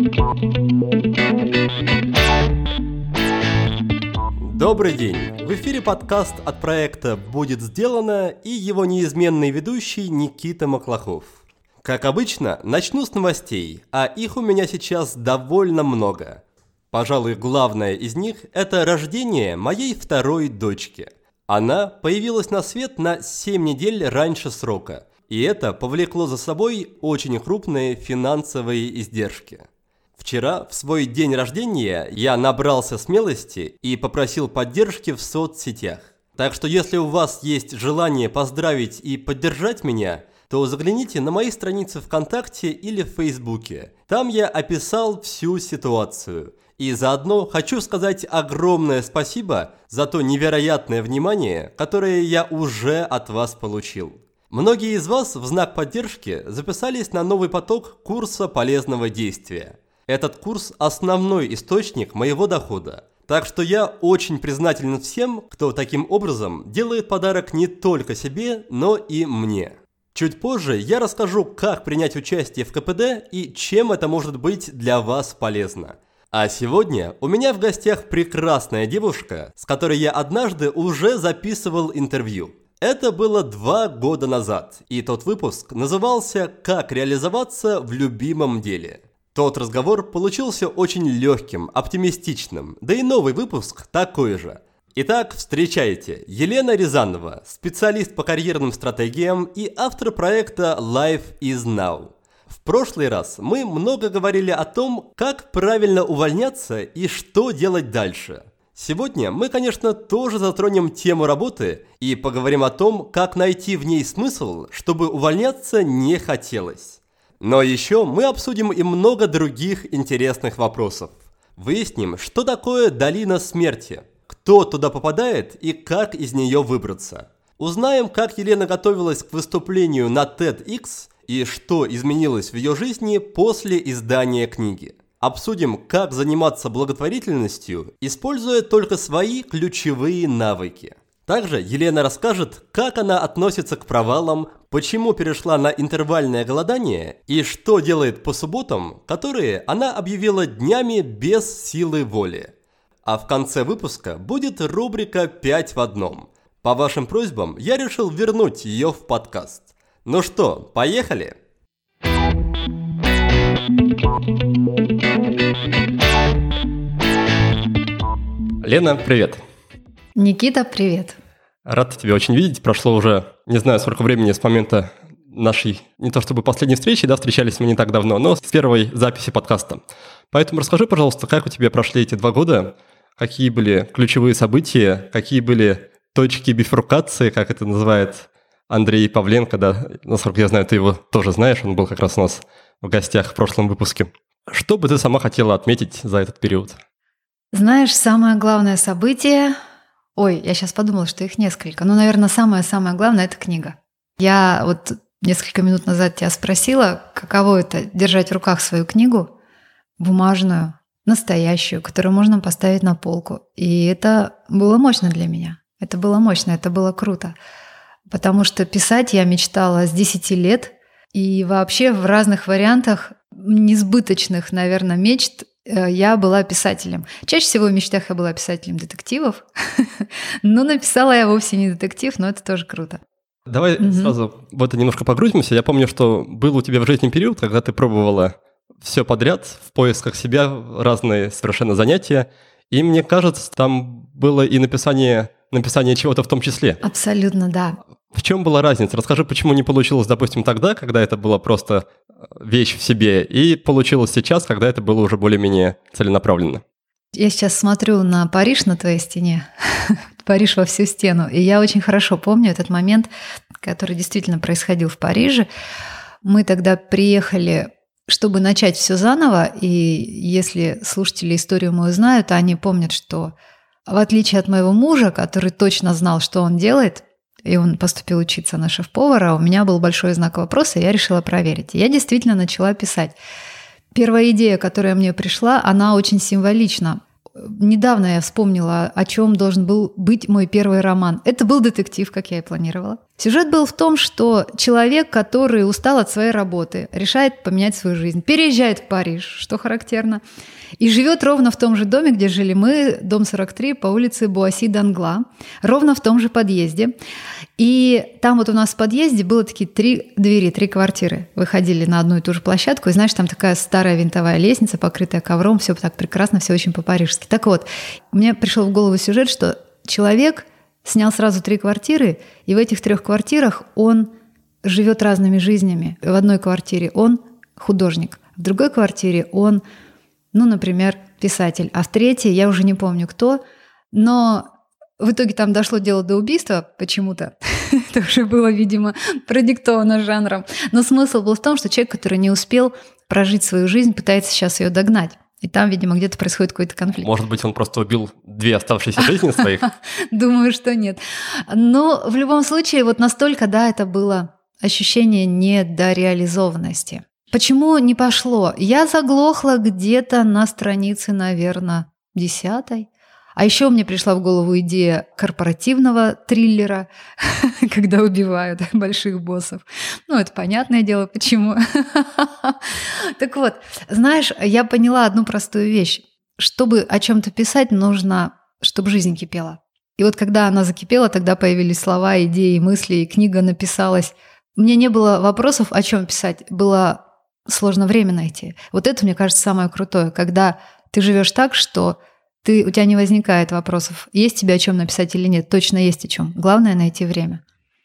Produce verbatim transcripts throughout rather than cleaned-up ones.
Добрый день! В эфире подкаст от проекта «Будет сделано» и его неизменный ведущий Никита Маклахов. Как обычно, начну с новостей, а их у меня сейчас довольно много. Пожалуй, главное из них – это рождение моей второй дочки. Она появилась на свет на семь недель раньше срока, и это повлекло за собой очень крупные финансовые издержки. Вчера, в свой день рождения, я набрался смелости и попросил поддержки в соцсетях. Так что если у вас есть желание поздравить и поддержать меня, то загляните на мои страницы ВКонтакте или в Фейсбуке. Там я описал всю ситуацию. И заодно хочу сказать огромное спасибо за то невероятное внимание, которое я уже от вас получил. Многие из вас в знак поддержки записались на новый поток курса полезного действия. Этот курс – основной источник моего дохода. Так что я очень признателен всем, кто таким образом делает подарок не только себе, но и мне. Чуть позже я расскажу, как принять участие в ка пэ дэ и чем это может быть для вас полезно. А сегодня у меня в гостях прекрасная девушка, с которой я однажды уже записывал интервью. Это было два года назад, и тот выпуск назывался «Как реализоваться в любимом деле». Тот разговор получился очень легким, оптимистичным, да и новый выпуск такой же. Итак, встречайте, Елена Рязанова, специалист по карьерным стратегиям и автор проекта Life is Now. В прошлый раз мы много говорили о том, как правильно увольняться и что делать дальше. Сегодня мы, конечно, тоже затронем тему работы и поговорим о том, как найти в ней смысл, чтобы увольняться не хотелось. Но еще мы обсудим и много других интересных вопросов. Выясним, что такое долина смерти, кто туда попадает и как из нее выбраться. Узнаем, как Елена готовилась к выступлению на тед икс и что изменилось в ее жизни после издания книги. Обсудим, как заниматься благотворительностью, используя только свои ключевые навыки. Также Елена расскажет, как она относится к провалам, почему перешла на интервальное голодание и что делает по субботам, которые она объявила днями без силы воли. А в конце выпуска будет рубрика «пять в одном». По вашим просьбам я решил вернуть ее в подкаст. Ну что, поехали? Лена, привет. Никита, привет. Рад тебя очень видеть. Прошло уже, не знаю, сколько времени с момента нашей, не то чтобы последней встречи, да, встречались мы не так давно, но с первой записи подкаста. Поэтому расскажи, пожалуйста, как у тебя прошли эти два года, какие были ключевые события, какие были точки бифуркации, как это называет Андрей Павленко, да, насколько я знаю, ты его тоже знаешь, он был как раз у нас в гостях в прошлом выпуске. Что бы ты сама хотела отметить за этот период? Знаешь, самое главное событие... Ой, я сейчас подумала, что их несколько. Ну, наверное, самое-самое главное – это книга. Я вот несколько минут назад тебя спросила, каково это – держать в руках свою книгу, бумажную, настоящую, которую можно поставить на полку. И это было мощно для меня. Это было мощно, это было круто. Потому что писать я мечтала с десяти лет. И вообще в разных вариантах несбыточных, наверное, мечт я была писателем. Чаще всего в мечтах я была писателем детективов, но написала я вовсе не детектив, но это тоже круто. Давай угу. сразу в это немножко погрузимся. Я помню, что был у тебя в жизни период, когда ты пробовала все подряд в поисках себя, разные совершенно занятия, и мне кажется, там было и написание, написание чего-то в том числе. Абсолютно, да. В чем была разница? Расскажи, почему не получилось, допустим, тогда, когда это была просто вещь в себе, и получилось сейчас, когда это было уже более-менее целенаправленно? Я сейчас смотрю на Париж на твоей стене, Париж во всю стену, и я очень хорошо помню этот момент, который действительно происходил в Париже. Мы тогда приехали, чтобы начать все заново, и если слушатели историю мою знают, то они помнят, что в отличие от моего мужа, который точно знал, что он делает, и он поступил учиться на шеф-повара, у меня был большой знак вопроса, и я решила проверить. И я действительно начала писать. Первая идея, которая мне пришла, она очень символична. Недавно я вспомнила, о чем должен был быть мой первый роман. Это был детектив, как я и планировала. Сюжет был в том, что человек, который устал от своей работы, решает поменять свою жизнь, переезжает в Париж, что характерно, и живет ровно в том же доме, где жили мы, дом сорок три по улице Буасси-Д'Англас, ровно в том же подъезде. И там вот у нас в подъезде было такие три двери, три квартиры. Выходили на одну и ту же площадку, и знаешь, там такая старая винтовая лестница, покрытая ковром, все так прекрасно, все очень по-парижски. Так вот, мне пришел в голову сюжет, что человек снял сразу три квартиры, и в этих трех квартирах он живет разными жизнями. В одной квартире он художник, в другой квартире он, ну, например, писатель, а в третьей я уже не помню кто, но в итоге там дошло дело до убийства почему-то. Это уже было, видимо, продиктовано жанром. Но смысл был в том, что человек, который не успел прожить свою жизнь, пытается сейчас ее догнать. И там, видимо, где-то происходит какой-то конфликт. Может быть, он просто убил две оставшиеся жизни своих? Думаю, что нет. Но в любом случае, вот настолько, да, это было ощущение недореализованности. Почему не пошло? Я заглохла где-то на странице, наверное, десятой. А еще мне пришла в голову идея корпоративного триллера, когда убивают больших боссов. Ну, это понятное дело, почему. Так вот, знаешь, я поняла одну простую вещь. Чтобы о чем-то писать, нужно, чтобы жизнь кипела. И вот когда она закипела, тогда появились слова, идеи, мысли, и книга написалась. Мне не было вопросов, о чем писать. Было сложно время найти. Вот это, мне кажется, самое крутое, когда ты живешь так, что ты, у тебя не возникает вопросов, есть тебе о чем написать или нет. Точно есть о чем. Главное — найти время.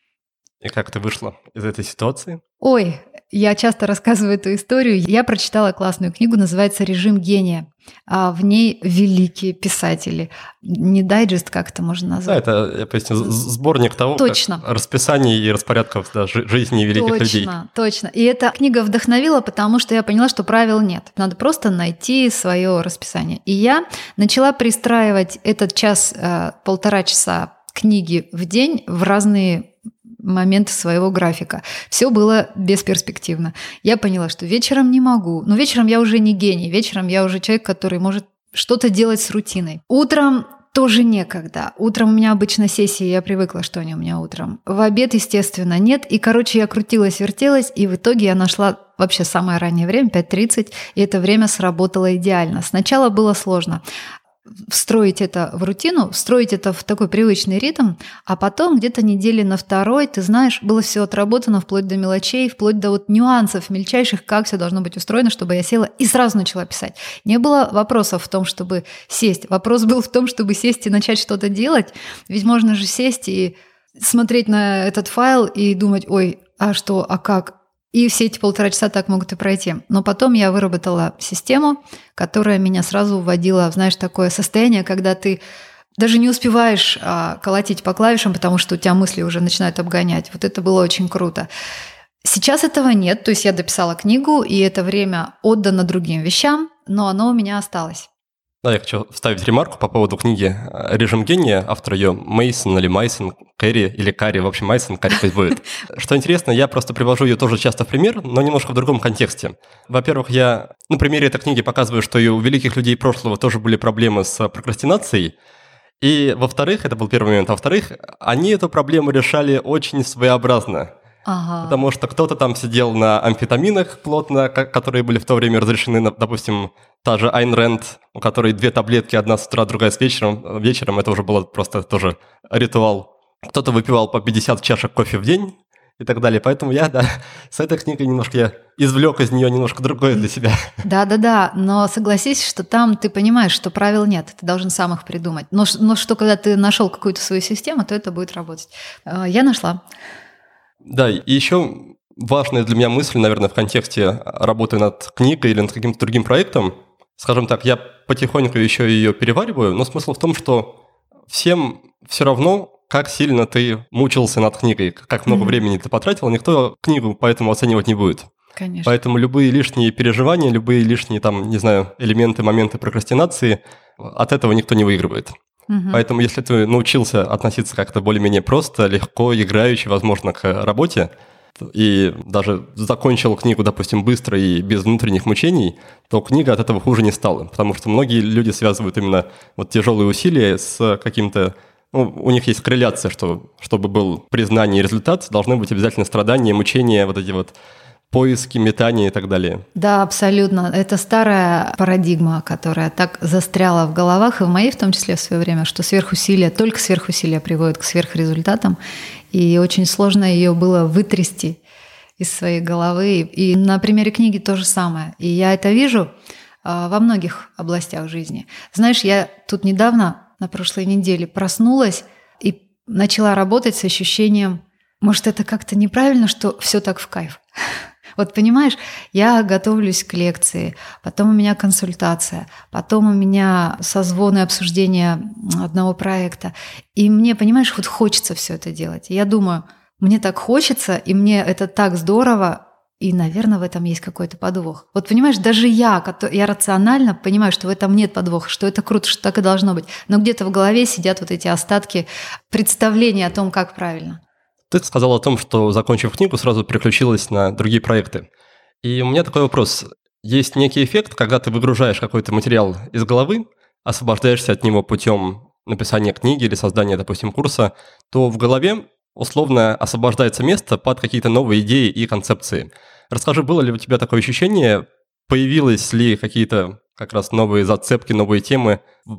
И как ты вышла из этой ситуации? Ой, я часто рассказываю эту историю. Я прочитала классную книгу, называется «Режим гения». А в ней великие писатели. Не дайджест, как это можно назвать? Да, это, я поясню, сборник того, точно. Как расписаний и распорядков, да, жизни великих точно, людей. Точно, точно. И эта книга вдохновила, потому что я поняла, что правил нет. Надо просто найти свое расписание. И я начала пристраивать этот час, полтора часа книги в день в разные моменты своего графика. Все было бесперспективно. Я поняла, что вечером не могу. Но вечером я уже не гений. Вечером я уже человек, который может что-то делать с рутиной. Утром тоже некогда. Утром у меня обычно сессии, я привыкла, что они у меня утром. В обед, естественно, нет. И, короче, я крутилась, вертелась, и в итоге я нашла вообще самое раннее время, пять тридцать, и это время сработало идеально. Сначала было сложно встроить это в рутину, встроить это в такой привычный ритм, а потом где-то недели на второй, ты знаешь, было все отработано вплоть до мелочей, вплоть до вот нюансов мельчайших, как все должно быть устроено, чтобы я села и сразу начала писать. Не было вопросов в том, чтобы сесть. Вопрос был в том, чтобы сесть и начать что-то делать. Ведь можно же сесть и смотреть на этот файл и думать, ой, а что, а как? И все эти полтора часа так могут и пройти. Но потом я выработала систему, которая меня сразу вводила в, знаешь, такое состояние, когда ты даже не успеваешь а, колотить по клавишам, потому что у тебя мысли уже начинают обгонять. Вот это было очень круто. Сейчас этого нет. То есть я дописала книгу, и это время отдано другим вещам, но оно у меня осталось. Да, я хочу вставить ремарку по поводу книги «Режим гения», автор ее Мейсон или Майсон, Кэрри или Карри, в общем, Майсон, Карри пусть будет. Что интересно, я просто привожу ее тоже часто в пример, но немножко в другом контексте. Во-первых, я на примере этой книги показываю, что и у великих людей прошлого тоже были проблемы с прокрастинацией. И, во-вторых, это был первый момент, а во-вторых, они эту проблему решали очень своеобразно. Ага. Потому что кто-то там сидел на амфетаминах плотно, которые были в то время разрешены, допустим, та же Айн Рэнд, у которой две таблетки, одна с утра, другая с вечером. Вечером это уже было просто тоже ритуал. Кто-то выпивал по пятьдесят чашек кофе в день и так далее. Поэтому я, да, с этой книгой немножко я извлек из нее немножко другое для себя. Да-да-да, но согласись, что там ты понимаешь, что правил нет, ты должен сам их придумать. Но, но что когда ты нашел какую-то свою систему, то это будет работать. Я нашла. Да, и еще важная для меня мысль, наверное, в контексте работы над книгой или над каким-то другим проектом. Скажем так, я потихоньку еще ее перевариваю, но смысл в том, что всем все равно, как сильно ты мучился над книгой, как много mm-hmm. времени ты потратил, никто книгу поэтому оценивать не будет. Конечно. Поэтому любые лишние переживания, любые лишние, там, не знаю, элементы, моменты прокрастинации, от этого никто не выигрывает. Угу. Поэтому если ты научился относиться как-то более-менее просто, легко, играюще, возможно, к работе, и даже закончил книгу, допустим, быстро и без внутренних мучений, то книга от этого хуже не стала. Потому что многие люди связывают именно вот тяжелые усилия с каким-то ну, у них есть корреляция, что чтобы был признание и результат, должны быть обязательно страдания, мучения, вот эти вот поиски, метания и так далее. Да, абсолютно. Это старая парадигма, которая так застряла в головах, и в моей в том числе в свое время, что сверхусилия, только сверхусилия приводят к сверхрезультатам, и очень сложно ее было вытрясти из своей головы. И на примере книги то же самое. И я это вижу во многих областях жизни. Знаешь, я тут недавно, на прошлой неделе, проснулась и начала работать с ощущением, может, это как-то неправильно, что все так в кайф. Вот понимаешь, я готовлюсь к лекции, потом у меня консультация, потом у меня созвоны, обсуждения одного проекта. И мне, понимаешь, вот хочется все это делать. И я думаю, мне так хочется, и мне это так здорово, и, наверное, в этом есть какой-то подвох. Вот понимаешь, даже я, я рационально понимаю, что в этом нет подвоха, что это круто, что так и должно быть. Но где-то в голове сидят вот эти остатки представления о том, как правильно. Ты сказал о том, что, закончив книгу, сразу переключилась на другие проекты. И у меня такой вопрос. Есть некий эффект, когда ты выгружаешь какой-то материал из головы, освобождаешься от него путем написания книги или создания, допустим, курса, то в голове условно освобождается место под какие-то новые идеи и концепции. Расскажи, было ли у тебя такое ощущение, появились ли какие-то как раз новые зацепки, новые темы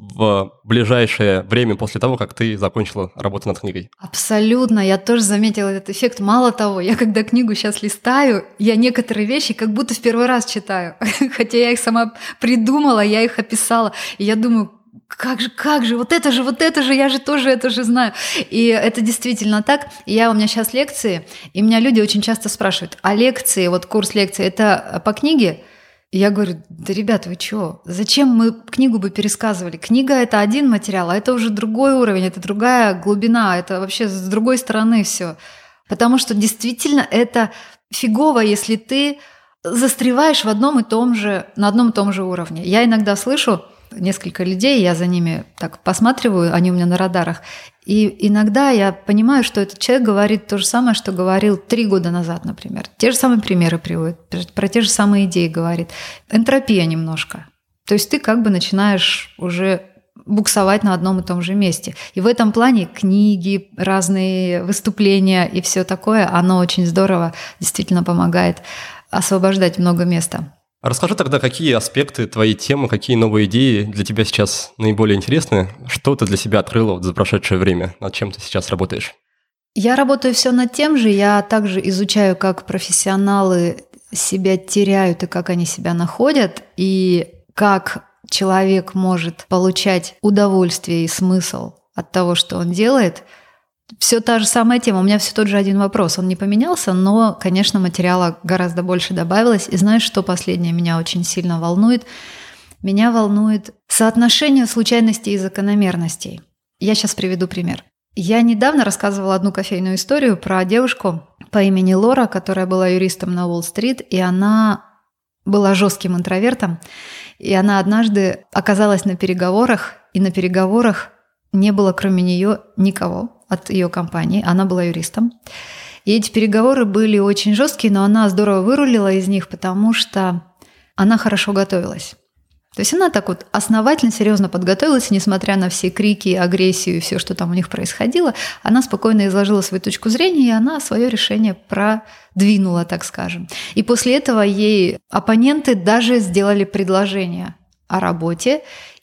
в ближайшее время после того, как ты закончила работу над книгой? Абсолютно, я тоже заметила этот эффект. Мало того, я когда книгу сейчас листаю, я некоторые вещи как будто в первый раз читаю, хотя я их сама придумала, я их описала, и я думаю, как же, как же, вот это же, вот это же, я же тоже это же знаю. И это действительно так. И я, у меня сейчас лекции, и меня люди очень часто спрашивают, а лекции, вот курс лекций, это по книге? И я говорю, да, ребята, вы чего? Зачем мы книгу бы пересказывали? Книга – это один материал, а это уже другой уровень, это другая глубина, это вообще с другой стороны все. Потому что действительно это фигово, если ты застреваешь в одном и том же, на одном и том же уровне. Я иногда слышу несколько людей, я за ними так посматриваю, они у меня на радарах, и иногда я понимаю, что этот человек говорит то же самое, что говорил три года назад, например. Те же самые примеры приводит, про те же самые идеи говорит. Энтропия немножко. То есть ты как бы начинаешь уже буксовать на одном и том же месте. И в этом плане книги, разные выступления и все такое, оно очень здорово действительно помогает освобождать много места. Расскажи тогда, какие аспекты твоей темы, какие новые идеи для тебя сейчас наиболее интересны? Что ты для себя открыла вот за прошедшее время? Над чем ты сейчас работаешь? Я работаю все над тем же. Я также изучаю, как профессионалы себя теряют и как они себя находят, и как человек может получать удовольствие и смысл от того, что он делает. Все та же самая тема. У меня все тот же один вопрос. Он не поменялся, но, конечно, материала гораздо больше добавилось. И знаешь, что последнее меня очень сильно волнует? Меня волнует соотношение случайностей и закономерностей. Я сейчас приведу пример. Я недавно рассказывала одну кофейную историю про девушку по имени Лора, которая была юристом на Уолл-стрит, и она была жестким интровертом. И она однажды оказалась на переговорах, и на переговорах не было кроме нее никого от ее компании, она была юристом. И эти переговоры были очень жесткие, но она здорово вырулила из них, потому что она хорошо готовилась. То есть она так вот основательно, серьезно подготовилась, несмотря на все крики, агрессию и все, что там у них происходило, она спокойно изложила свою точку зрения, и она свое решение продвинула, так скажем. И после этого ей оппоненты даже сделали предложение о работе,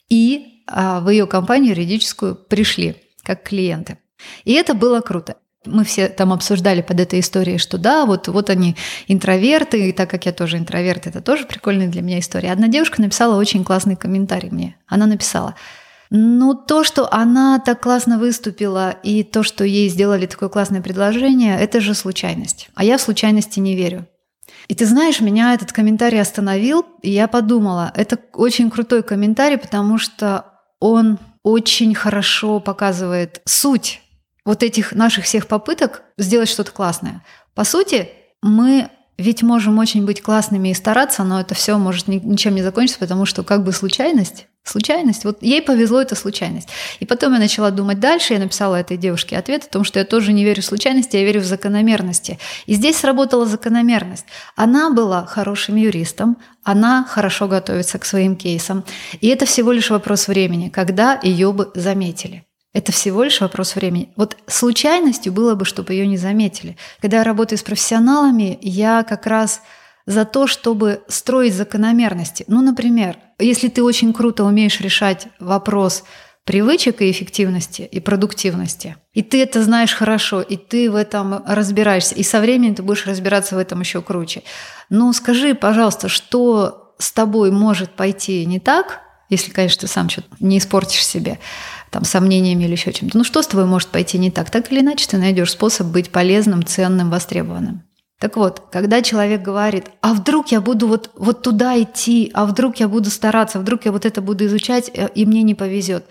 и в ее компанию юридическую пришли как клиенты. И это было круто. Мы все там обсуждали под этой историей, что да, вот, вот они интроверты, и так как я тоже интроверт, это тоже прикольная для меня история. Одна девушка написала очень классный комментарий мне. Она написала, ну то, что она так классно выступила, и то, что ей сделали такое классное предложение, это же случайность. А я в случайности не верю. И ты знаешь, меня этот комментарий остановил, и я подумала, это очень крутой комментарий, потому что он очень хорошо показывает суть вот этих наших всех попыток сделать что-то классное. По сути, мы ведь можем очень быть классными и стараться, но это все может ничем не закончиться, потому что как бы случайность, случайность, вот ей повезло, это случайность. И потом я начала думать дальше, я написала этой девушке ответ о том, что я тоже не верю в случайности, я верю в закономерности. И здесь сработала закономерность. Она была хорошим юристом, она хорошо готовится к своим кейсам, и это всего лишь вопрос времени, когда ее бы заметили. Это всего лишь вопрос времени. Вот случайностью было бы, чтобы ее не заметили. Когда я работаю с профессионалами, я как раз за то, чтобы строить закономерности. Ну, например, если ты очень круто умеешь решать вопрос привычек и эффективности, и продуктивности, и ты это знаешь хорошо, и ты в этом разбираешься, и со временем ты будешь разбираться в этом еще круче. Ну, скажи, пожалуйста, что с тобой может пойти не так, если, конечно, ты сам что-то не испортишь себе, там, сомнениями или еще чем-то. Ну, что с тобой может пойти не так? Так или иначе ты найдешь способ быть полезным, ценным, востребованным. Так вот, когда человек говорит, а вдруг я буду вот, вот туда идти, а вдруг я буду стараться, а вдруг я вот это буду изучать, и мне не повезет.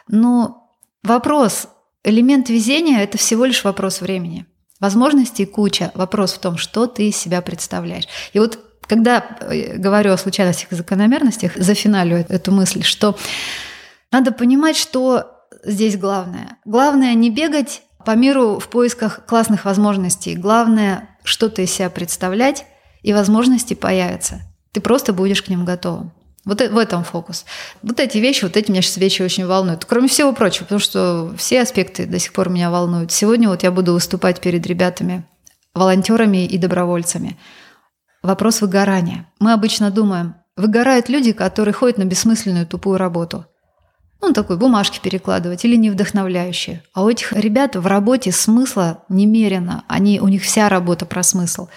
Но вопрос, элемент везения – это всего лишь вопрос времени. Возможностей куча, вопрос в том, что ты из себя представляешь. И вот когда говорю о случайностях и закономерностях, зафиналю эту мысль, что надо понимать, что здесь главное. Главное не бегать по миру в поисках классных возможностей. Главное что-то из себя представлять, и возможности появятся. Ты просто будешь к ним готовым. Вот в этом фокус. Вот эти вещи, вот эти меня сейчас вещи очень волнуют. Кроме всего прочего, потому что все аспекты до сих пор меня волнуют. Сегодня вот я буду выступать перед ребятами, волонтерами и добровольцами. Вопрос выгорания. Мы обычно думаем, выгорают люди, которые ходят на бессмысленную тупую работу. Ну, такой бумажки перекладывать или невдохновляющие. А у этих ребят в работе смысла немерено. Они, у них вся работа про смысл.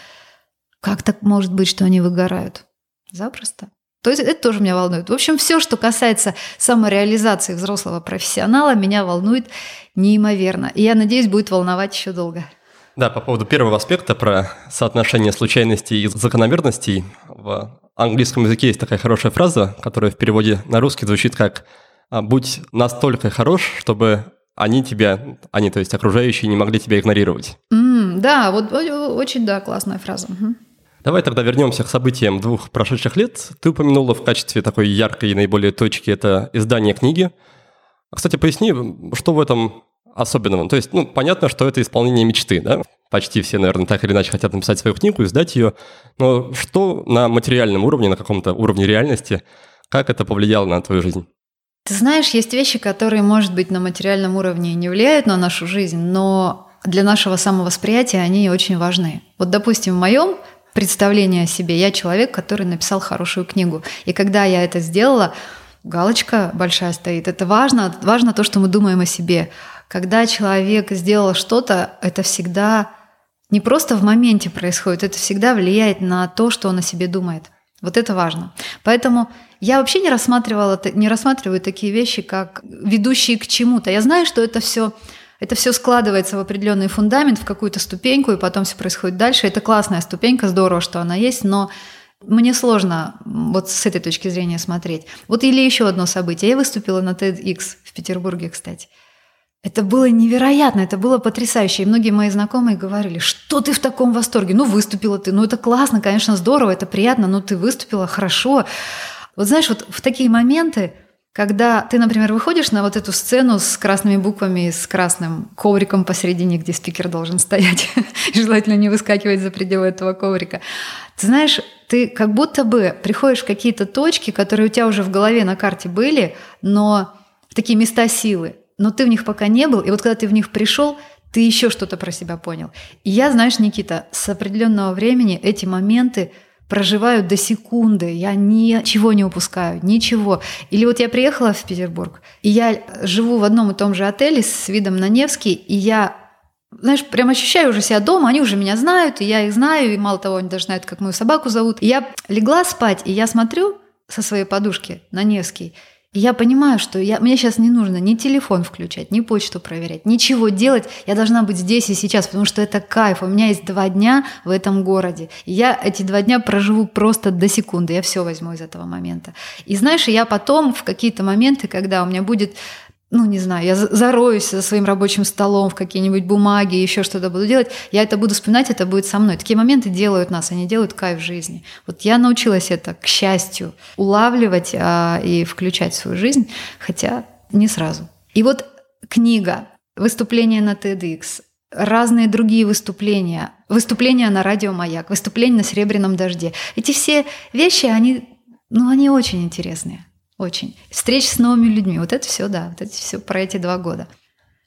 Как так может быть, что они выгорают? Запросто. То есть это тоже меня волнует. В общем, все, что касается самореализации взрослого профессионала, меня волнует неимоверно. И я надеюсь, будет волновать еще долго. Да, по поводу первого аспекта про соотношение случайностей и закономерностей. В английском языке есть такая хорошая фраза, которая в переводе на русский звучит как «будь настолько хорош, чтобы они тебя, они, то есть окружающие, не могли тебя игнорировать». Mm, да, вот очень, да, классная фраза. Угу. Давай тогда вернемся к событиям двух прошедших лет. Ты упомянула в качестве такой яркой и наиболее точки это издание книги. Кстати, поясни, что в этом особенного? То есть, ну, понятно, что это исполнение мечты, да? Почти все, наверное, так или иначе хотят написать свою книгу, издать ее. Но что на материальном уровне, на каком-то уровне реальности, как это повлияло на твою жизнь? Ты знаешь, есть вещи, которые, может быть, на материальном уровне не влияют на нашу жизнь, но для нашего самовосприятия они очень важны. Вот, допустим, в моем представлении о себе я человек, который написал хорошую книгу. И когда я это сделала, галочка большая стоит. Это важно, важно то, что мы думаем о себе. Когда человек сделал что-то, это всегда не просто в моменте происходит, это всегда влияет на то, что он о себе думает. Вот это важно. Поэтому я вообще не рассматривала, не рассматриваю такие вещи, как ведущие к чему-то. Я знаю, что это все, это все складывается в определенный фундамент, в какую-то ступеньку, и потом все происходит дальше. Это классная ступенька, здорово, что она есть, но мне сложно вот с этой точки зрения смотреть. Вот или еще одно событие. Я выступила на TEDx в Петербурге, кстати. Это было невероятно, это было потрясающе. И многие мои знакомые говорили, что ты в таком восторге? Ну, выступила ты, ну, это классно, конечно, здорово, это приятно, но ты выступила хорошо. Вот знаешь, вот в такие моменты, когда ты, например, выходишь на вот эту сцену с красными буквами, с красным ковриком посередине, где спикер должен стоять, желательно не выскакивать за пределы этого коврика, ты знаешь, ты как будто бы приходишь в какие-то точки, которые у тебя уже в голове на карте были, но в такие места силы, но ты в них пока не был, и вот когда ты в них пришел, ты еще что-то про себя понял. И я, знаешь, Никита, с определенного времени эти моменты проживаю до секунды, я ничего не упускаю, ничего. Или вот я приехала в Петербург, и я живу в одном и том же отеле с видом на Невский, и я, знаешь, прям ощущаю уже себя дома, они уже меня знают, и я их знаю, и мало того, они даже знают, как мою собаку зовут. И я легла спать, и я смотрю со своей подушки на Невский, и я понимаю, что я, мне сейчас не нужно ни телефон включать, ни почту проверять, ничего делать. Я должна быть здесь и сейчас, потому что это кайф. У меня есть два дня в этом городе. И я эти два дня проживу просто до секунды. Я все возьму из этого момента. И знаешь, я потом в какие-то моменты, когда у меня будет... Ну, не знаю, я зароюсь за своим рабочим столом в какие-нибудь бумаги, еще что-то буду делать, я это буду вспоминать, это будет со мной. Такие моменты делают нас, они делают кайф в жизни. Вот я научилась это, к счастью, улавливать а, и включать в свою жизнь, хотя не сразу. И вот книга, выступление на TEDx, разные другие выступления, выступления на радио «Маяк», выступления на «Серебряном дожде». Эти все вещи, они, ну, они очень интересные. Очень. Встреч с новыми людьми. Вот это все, да, вот это все про эти два года.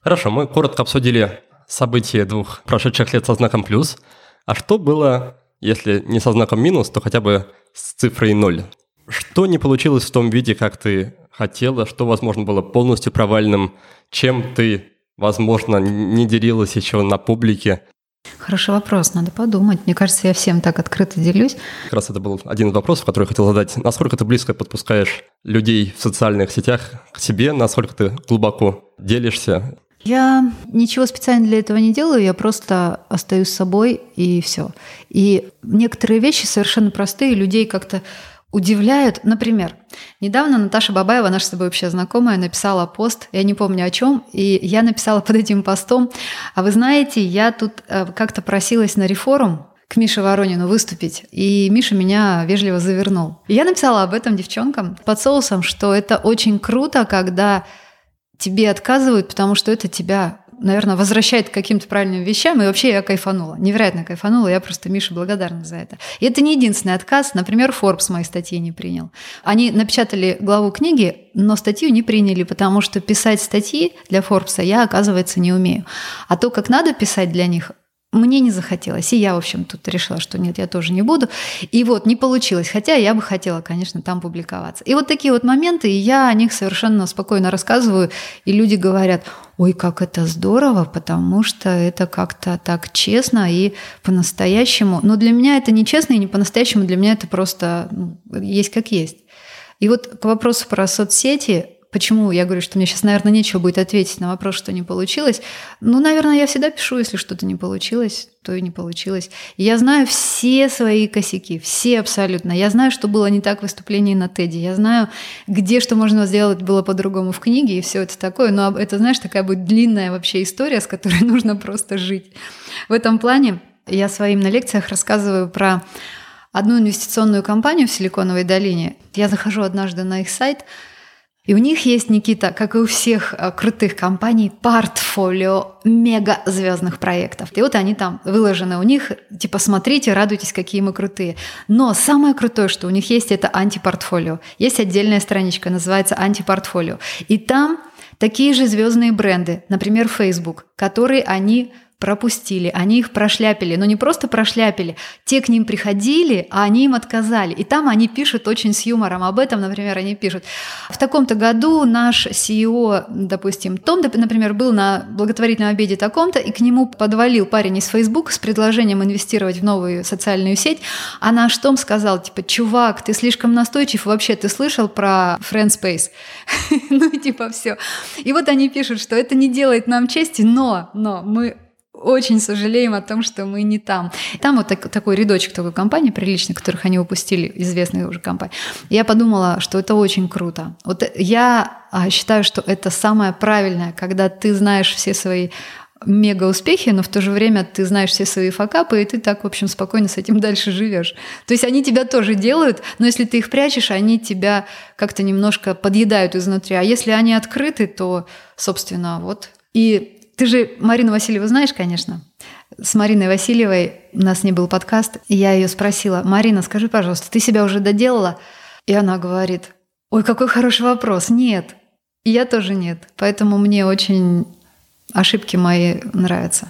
Хорошо, мы коротко обсудили события двух прошедших лет со знаком плюс. А что было, если не со знаком минус, то хотя бы с цифрой ноль? Что не получилось в том виде, как ты хотела? Что, возможно, было полностью провальным? Чем ты, возможно, не делилась еще на публике? Хороший вопрос, надо подумать. Мне кажется, я всем так открыто делюсь. Как раз это был один из вопросов, который я хотел задать. Насколько ты близко подпускаешь людей в социальных сетях к себе? Насколько ты глубоко делишься? Я ничего специально для этого не делаю, я просто остаюсь собой и все. И некоторые вещи совершенно простые, людей как-то удивляют. Например, недавно Наташа Бабаева, наша с тобой общая знакомая, написала пост, я не помню о чем, и я написала под этим постом: а вы знаете, я тут как-то просилась на рефорум к Мише Воронину выступить, и Миша меня вежливо завернул. И я написала об этом девчонкам под соусом, что это очень круто, когда тебе отказывают, потому что это тебя, наверное, возвращает к каким-то правильным вещам, и вообще я кайфанула, невероятно кайфанула, я просто Мише благодарна за это. И это не единственный отказ, например, Forbes мои статьи не принял. Они напечатали главу книги, но статью не приняли, потому что писать статьи для Forbes я, оказывается, не умею. А то, как надо писать для них, мне не захотелось. И я, в общем, тут решила, что нет, я тоже не буду. И вот не получилось. Хотя я бы хотела, конечно, там публиковаться. И вот такие вот моменты, и я о них совершенно спокойно рассказываю. И люди говорят: ой, как это здорово, потому что это как-то так честно и по-настоящему. Но для меня это не честно и не по-настоящему. Для меня это просто ну, есть как есть. И вот к вопросу про соцсети. Почему я говорю, что мне сейчас, наверное, нечего будет ответить на вопрос, что не получилось? Ну, наверное, я всегда пишу, если что-то не получилось, то и не получилось. И я знаю все свои косяки, все абсолютно. Я знаю, что было не так в выступлении на Теди. Я знаю, где что можно сделать было по-другому в книге и все это такое. Но это, знаешь, такая будет длинная вообще история, с которой нужно просто жить. В этом плане я своим на лекциях рассказываю про одну инвестиционную компанию в Силиконовой долине. Я захожу однажды на их сайт, и у них есть, Никита, как и у всех крутых компаний, портфолио мегазвездных проектов. И вот они там выложены у них, типа, смотрите, радуйтесь, какие мы крутые. Но самое крутое, что у них есть, это антипортфолио. Есть отдельная страничка, называется антипортфолио. И там такие же звездные бренды, например, Facebook, которые они пропустили, они их прошляпили, но не просто прошляпили, те к ним приходили, а они им отказали. И там они пишут очень с юмором об этом, например, они пишут: в таком-то году наш си и о, допустим, Том, например, был на благотворительном обеде таком-то, и к нему подвалил парень из Facebook с предложением инвестировать в новую социальную сеть, а наш Том сказал, типа: чувак, ты слишком настойчив, вообще ты слышал про FriendSpace? Ну и типа все. И вот они пишут, что это не делает нам чести, но, но мы очень сожалеем о том, что мы не там. Там вот так, такой рядочек такой компаний приличных, которых они упустили, известные уже компании. Я подумала, что это очень круто. Вот я считаю, что это самое правильное, когда ты знаешь все свои мега-успехи, но в то же время ты знаешь все свои факапы, и ты так, в общем, спокойно с этим дальше живешь. То есть они тебя тоже делают, но если ты их прячешь, они тебя как-то немножко подъедают изнутри. А если они открыты, то, собственно, вот. И ты же Марину Васильеву знаешь, конечно. С Мариной Васильевой у нас не был подкаст, и я ее спросила: Марина, скажи, пожалуйста, ты себя уже доделала? И она говорит: ой, какой хороший вопрос. Нет. И я тоже нет. Поэтому мне очень ошибки мои нравятся.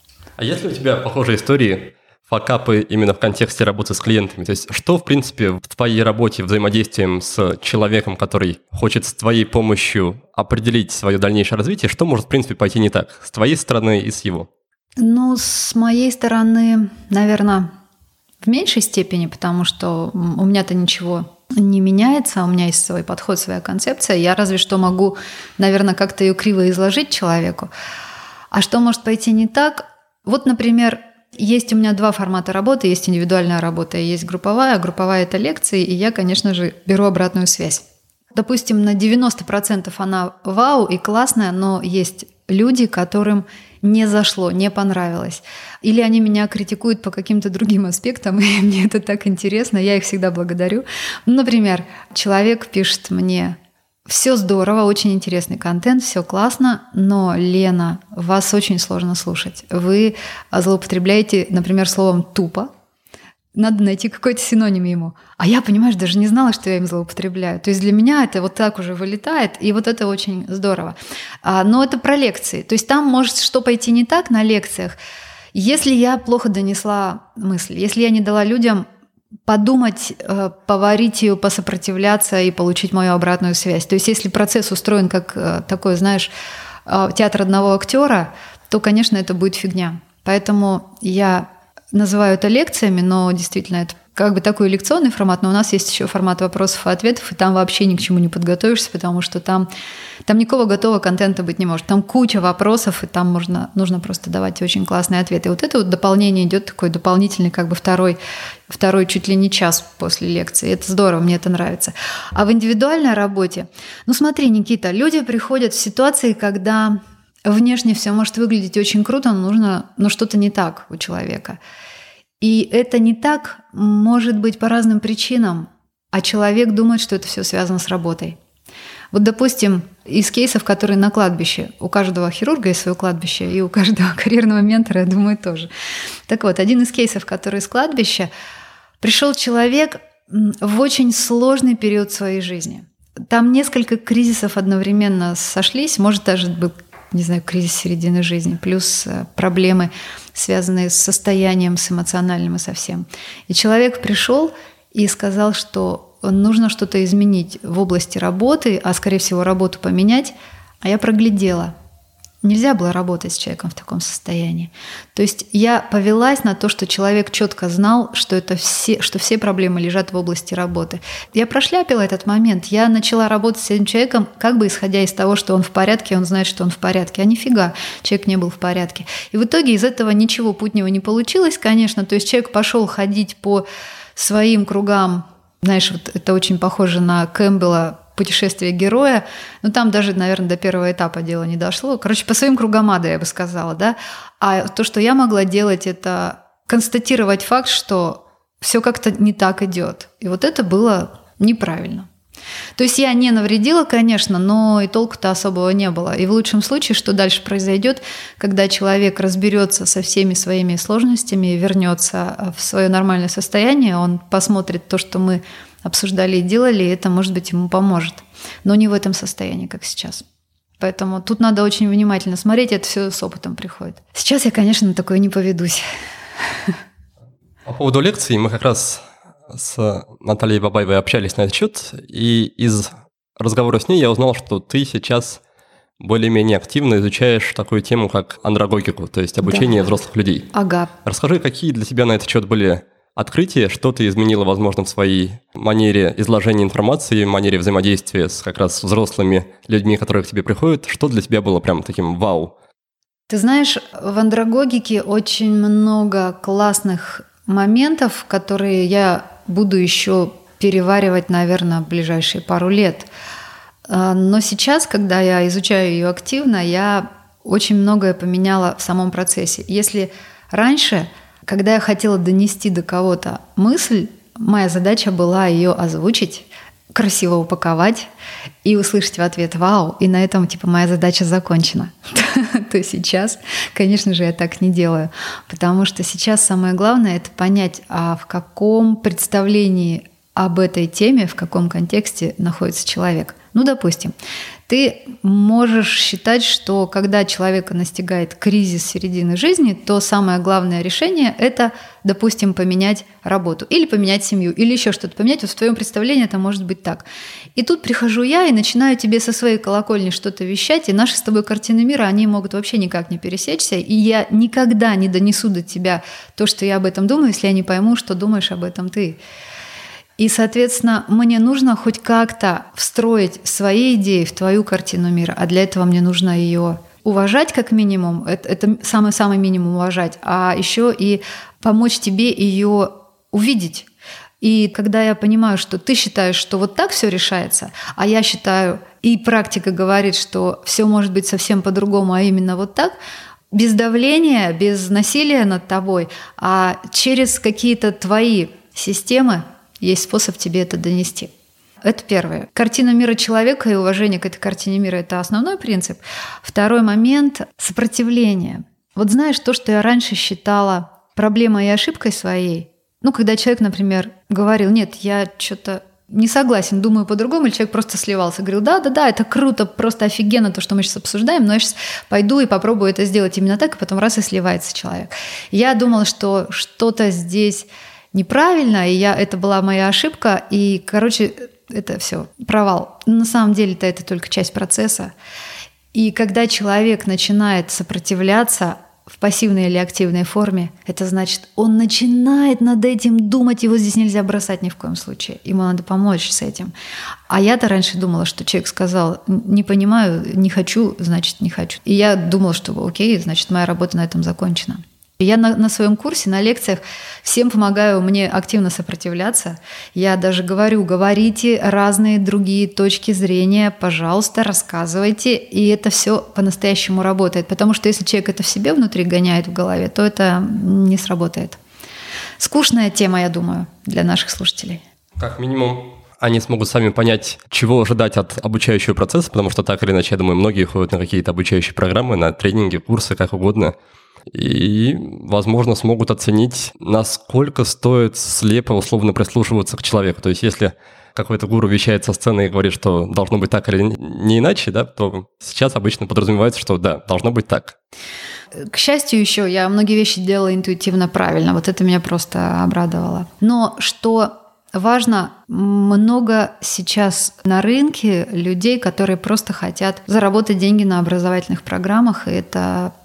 А есть ли у тебя похожие истории, факапы именно в контексте работы с клиентами? То есть что, в принципе, в твоей работе, взаимодействием с человеком, который хочет с твоей помощью определить свое дальнейшее развитие, что может, в принципе, пойти не так с твоей стороны и с его? Ну, с моей стороны, наверное, в меньшей степени, потому что у меня-то ничего не меняется, у меня есть свой подход, своя концепция. Я разве что могу, наверное, как-то ее криво изложить человеку. А что может пойти не так? Вот, например, есть у меня два формата работы. Есть индивидуальная работа и есть групповая. Групповая – это лекции, и я, конечно же, беру обратную связь. Допустим, на девяносто процентов она вау и классная, но есть люди, которым не зашло, не понравилось. Или они меня критикуют по каким-то другим аспектам, и мне это так интересно, я их всегда благодарю. Например, человек пишет мне: все здорово, очень интересный контент, все классно, но, Лена, вас очень сложно слушать. Вы злоупотребляете, например, словом «тупо». надо найти какой-то синоним ему. А я, понимаешь, даже не знала, что я им злоупотребляю. То есть для меня это вот так уже вылетает, и вот это очень здорово. А, но это про лекции. То есть там может что пойти не так на лекциях, если я плохо донесла мысль, если я не дала людям подумать, поварить ее, посопротивляться и получить мою обратную связь. То есть если процесс устроен как такой, знаешь, театр одного актера, то, конечно, это будет фигня. Поэтому я называю это лекциями, но действительно это как бы такой лекционный формат, но у нас есть еще формат вопросов и ответов, и там вообще ни к чему не подготовишься, потому что там, там никакого готового контента быть не может. Там куча вопросов, и там можно, нужно просто давать очень классные ответы. И вот это вот дополнение идет такой дополнительный, как бы второй, второй чуть ли не час после лекции. Это здорово, мне это нравится. А в индивидуальной работе, ну смотри, Никита, люди приходят в ситуации, когда внешне все может выглядеть очень круто, но нужно, но что-то не так у человека. И это не так может быть по разным причинам, а человек думает, что это все связано с работой. Вот, допустим, из кейсов, которые на кладбище, у каждого хирурга есть свое кладбище, и у каждого карьерного ментора, я думаю, тоже. Так вот, один из кейсов, который из кладбища, пришел человек в очень сложный период своей жизни. Там несколько кризисов одновременно сошлись, может, даже был, не знаю, кризис середины жизни, плюс проблемы, связанные с состоянием, с эмоциональным и со всем. И человек пришел и сказал, что нужно что-то изменить в области работы, а, скорее всего, работу поменять. А я проглядела. Нельзя было работать с человеком в таком состоянии. То есть я повелась на то, что человек четко знал, что, это все, что все проблемы лежат в области работы. Я прошляпила этот момент. Я начала работать с этим человеком, как бы исходя из того, что он в порядке, он знает, что он в порядке. А нифига, человек не был в порядке. И в итоге из этого ничего путнего не получилось, конечно. То есть человек пошел ходить по своим кругам. Знаешь, вот это очень похоже на Кэмпбелла, «Путешествие героя», но там даже, наверное, до первого этапа дело не дошло. Короче, по своим кругам ада, я бы сказала, да. А то, что я могла делать, это констатировать факт, что все как-то не так идет. И вот это было неправильно. То есть я не навредила, конечно, но и толку-то особого не было. И в лучшем случае, что дальше произойдет, когда человек разберется со всеми своими сложностями, вернется в свое нормальное состояние, он посмотрит то, что мы обсуждали и делали, и это, может быть, ему поможет. Но не в этом состоянии, как сейчас. Поэтому тут надо очень внимательно смотреть, это все с опытом приходит. Сейчас я, конечно, на такое не поведусь. По поводу лекций мы как раз с Натальей Бабаевой общались на этот счет, и из разговора с ней я узнал, что ты сейчас более-менее активно изучаешь такую тему, как андрогогику, то есть обучение да. взрослых людей. Ага. Расскажи, какие для тебя на этот счет были открытия, что ты изменила, возможно, в своей манере изложения информации, манере взаимодействия с как раз взрослыми людьми, которые к тебе приходят, что для тебя было прям таким вау? Ты знаешь, в андрогогике очень много классных моментов, которые я буду еще переваривать, наверное, в ближайшие пару лет. Но сейчас, когда я изучаю ее активно, я очень многое поменяла в самом процессе. Если раньше, когда я хотела донести до кого-то мысль, моя задача была ее озвучить, красиво упаковать и услышать в ответ «Вау!» И на этом, типа, моя задача закончена. То сейчас, конечно же, я так не делаю, потому что сейчас самое главное – это понять, а в каком представлении об этой теме, в каком контексте находится человек. Ну, допустим, ты можешь считать, что когда человека настигает кризис середины жизни, то самое главное решение – это, допустим, поменять работу или поменять семью, или еще что-то поменять. Вот в твоем представлении это может быть так. И тут прихожу я и начинаю тебе со своей колокольни что-то вещать, и наши с тобой картины мира, они могут вообще никак не пересечься, и я никогда не донесу до тебя то, что я об этом думаю, если я не пойму, что думаешь об этом ты. И, соответственно, мне нужно хоть как-то встроить свои идеи в твою картину мира, а для этого мне нужно ее уважать как минимум, это, это самый-самый минимум уважать, а еще и помочь тебе ее увидеть. И когда я понимаю, что ты считаешь, что вот так все решается, а я считаю, и практика говорит, что все может быть совсем по-другому, а именно вот так, без давления, без насилия над тобой, а через какие-то твои системы, есть способ тебе это донести. Это первое. Картина мира человека и уважение к этой картине мира – это основной принцип. Второй момент – сопротивление. Вот знаешь, то, что я раньше считала проблемой и ошибкой своей, Ну, когда человек, например, говорил, нет, я что-то не согласен, думаю по-другому, или человек просто сливался, говорил, да-да-да, это круто, просто офигенно то, что мы сейчас обсуждаем, но я сейчас пойду и попробую это сделать именно так, и потом раз и сливается человек. Я думала, что что-то здесь неправильно, и я, это была моя ошибка, и, короче, это все провал. На самом деле-то это только часть процесса. И когда человек начинает сопротивляться в пассивной или активной форме, это значит, он начинает над этим думать, его здесь нельзя бросать ни в коем случае. Ему надо помочь с этим. А я-то раньше думала, что человек сказал, не понимаю, не хочу, значит, не хочу. И я думала, что окей, значит, моя работа на этом закончена. Я на, на своем курсе, на лекциях всем помогаю мне активно сопротивляться. Я даже говорю, говорите разные другие точки зрения, пожалуйста, рассказывайте. И это все по-настоящему работает. Потому что если человек это в себе внутри гоняет в голове, то это не сработает. Скучная тема, я думаю, для наших слушателей. Как минимум, они смогут сами понять, чего ожидать от обучающего процесса, потому что так или иначе, я думаю, многие ходят на какие-то обучающие программы, на тренинги, курсы, как угодно. И, возможно, смогут оценить, насколько стоит слепо условно прислушиваться к человеку. То есть, если какой-то гуру вещает со сцены и говорит, что должно быть так или не иначе, да, то сейчас обычно подразумевается, что да, должно быть так. К счастью, еще я многие вещи делала интуитивно правильно. Вот это меня просто обрадовало. Но что важно, много сейчас на рынке людей, которые просто хотят заработать деньги на образовательных программах, и это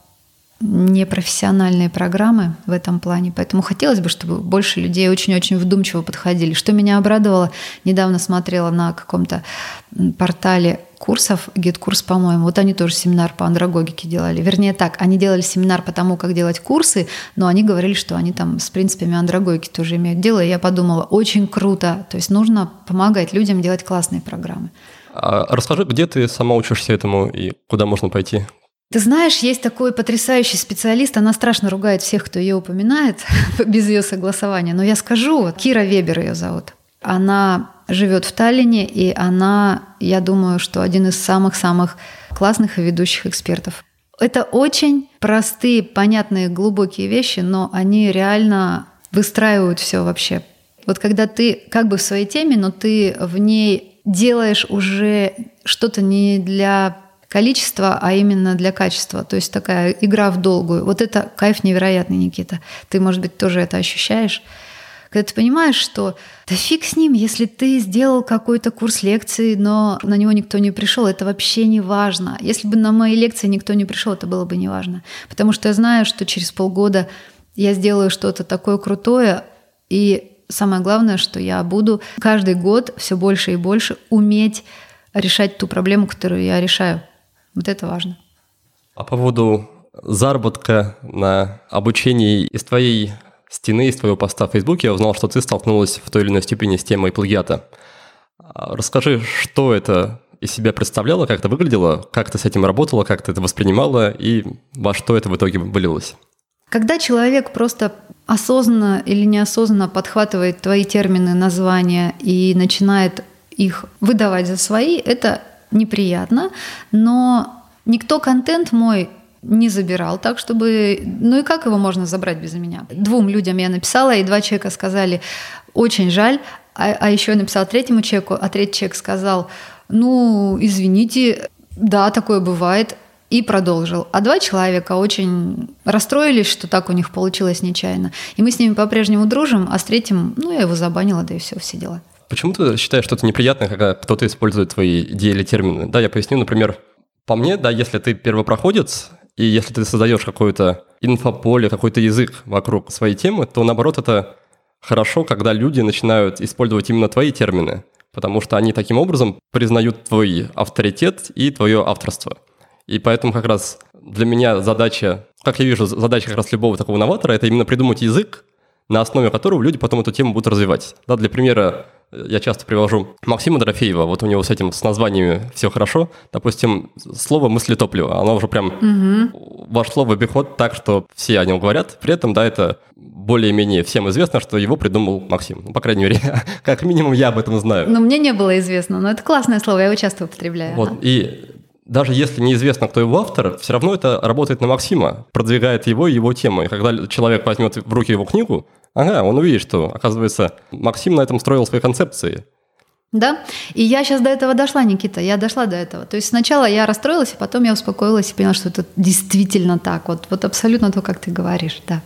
непрофессиональные программы в этом плане. Поэтому хотелось бы, чтобы больше людей очень-очень вдумчиво подходили. Что меня обрадовало, недавно смотрела на каком-то портале курсов, гид-курс, по-моему, вот они тоже семинар по андрогогике делали. Вернее так, они делали семинар по тому, как делать курсы, но они говорили, что они там с принципами андрогогики тоже имеют дело. И я подумала, очень круто. То есть нужно помогать людям делать классные программы. А расскажи, где ты сама учишься этому и куда можно пойти? Ты знаешь, есть такой потрясающий специалист, она страшно ругает всех, кто ее упоминает, без ее согласования, но я скажу, Кира Вебер ее зовут. Она живет в Таллине, и она, я думаю, что один из самых-самых классных и ведущих экспертов. Это очень простые, понятные, глубокие вещи, но они реально выстраивают все вообще. Вот когда ты как бы в своей теме, но ты в ней делаешь уже что-то не для количества, а именно для качества. То есть такая игра в долгую. Вот это кайф невероятный, Никита. Ты, может быть, тоже это ощущаешь. Когда ты понимаешь, что да фиг с ним, если ты сделал какой-то курс лекций, но на него никто не пришел, это вообще не важно. Если бы на мои лекции никто не пришел, это было бы не важно. Потому что я знаю, что через полгода я сделаю что-то такое крутое, и самое главное, что я буду каждый год все больше и больше уметь решать ту проблему, которую я решаю. Вот это важно. А по поводу заработка на обучении из твоей стены, из твоего поста в Фейсбуке, я узнал, что ты столкнулась в той или иной степени с темой плагиата. Расскажи, что это из себя представляло, как это выглядело, как ты с этим работала, как ты это воспринимала и во что это в итоге вылилось? Когда человек просто осознанно или неосознанно подхватывает твои термины, названия и начинает их выдавать за свои, это неприятно, но никто контент мой не забирал так, чтобы... Ну и как его можно забрать без меня? Двум людям я написала, и два человека сказали «очень жаль», а, а еще я написала третьему человеку, а третий человек сказал «ну, извините, да, такое бывает», и продолжил. А два человека очень расстроились, что так у них получилось нечаянно. И мы с ними по-прежнему дружим, а с третьим, ну, я его забанила, да и все, все дела. Почему ты считаешь, что это неприятно, когда кто-то использует твои идеи или термины? Да, я поясню, например, по мне, да, если ты первопроходец, и если ты создаешь какое-то инфополе, какой-то язык вокруг своей темы, то, наоборот, это хорошо, когда люди начинают использовать именно твои термины, потому что они таким образом признают твой авторитет и твое авторство. И поэтому как раз для меня задача, как я вижу, задача как раз любого такого новатора, это именно придумать язык, на основе которого люди потом эту тему будут развивать. Да, для примера я часто привожу Максима Дорофеева, вот у него с этим, с названиями все хорошо. Допустим, слово «мыслетопливо», оно уже прям угу. вошло в обиход так, что все о нем говорят. При этом, да, это более-менее всем известно, что его придумал Максим. Ну, по крайней мере, как минимум я об этом знаю. Но мне не было известно, но это классное слово, я его часто употребляю. Вот, и даже если неизвестно, кто его автор, все равно это работает на Максима, продвигает его и его тему. И когда человек возьмет в руки его книгу, Ага, он увидит, что, оказывается, Максим на этом строил свои концепции. Да, и я сейчас до этого дошла, Никита, я дошла до этого. То есть сначала я расстроилась, а потом я успокоилась и поняла, что это действительно так. Вот, вот абсолютно то, как ты говоришь, да.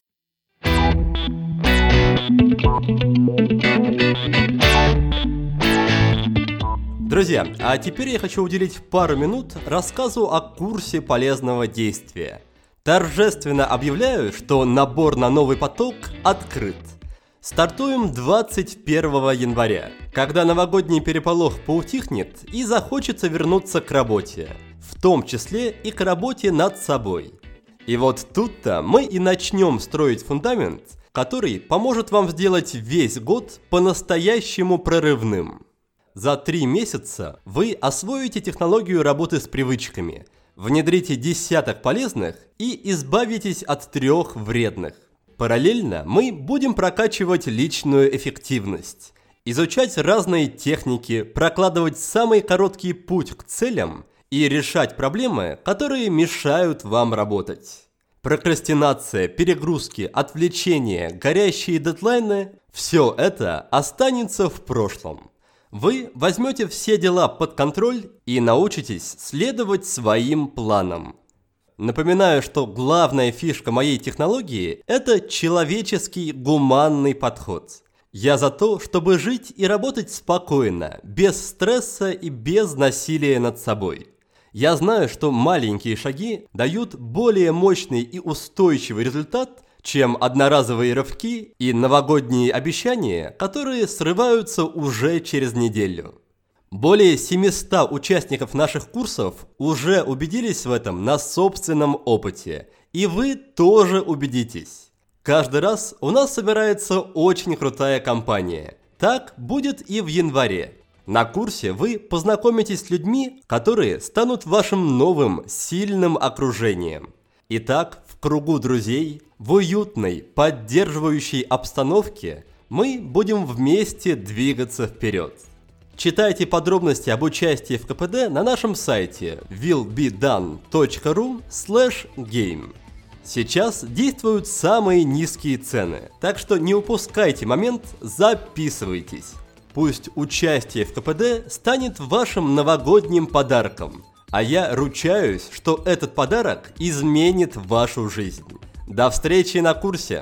Друзья, а теперь я хочу уделить пару минут рассказу о курсе полезного действия. Торжественно объявляю, что набор на новый поток открыт. Стартуем двадцать первого января, когда новогодний переполох поутихнет и захочется вернуться к работе, в том числе и к работе над собой. И вот тут-то мы и начнем строить фундамент, который поможет вам сделать весь год по-настоящему прорывным. За три месяца вы освоите технологию работы с привычками, внедрите десяток полезных и избавитесь от трех вредных. Параллельно мы будем прокачивать личную эффективность, изучать разные техники, прокладывать самый короткий путь к целям и решать проблемы, которые мешают вам работать. Прокрастинация, перегрузки, отвлечения, горящие дедлайны – все это останется в прошлом. Вы возьмете все дела под контроль и научитесь следовать своим планам. Напоминаю, что главная фишка моей технологии – это человеческий гуманный подход. Я за то, чтобы жить и работать спокойно, без стресса и без насилия над собой. Я знаю, что маленькие шаги дают более мощный и устойчивый результат, чем одноразовые рывки и новогодние обещания, которые срываются уже через неделю. Более семисот участников наших курсов уже убедились в этом на собственном опыте, и вы тоже убедитесь. Каждый раз у нас собирается очень крутая компания. Так будет и в январе. На курсе вы познакомитесь с людьми, которые станут вашим новым сильным окружением. Итак, в кругу друзей, в уютной, поддерживающей обстановке мы будем вместе двигаться вперед. Читайте подробности об участии в ка пэ дэ на нашем сайте willbedone точка ру слэш гейм. Сейчас действуют самые низкие цены, так что не упускайте момент, записывайтесь. Пусть участие в ка пэ дэ станет вашим новогодним подарком. А я ручаюсь, что этот подарок изменит вашу жизнь. До встречи на курсе!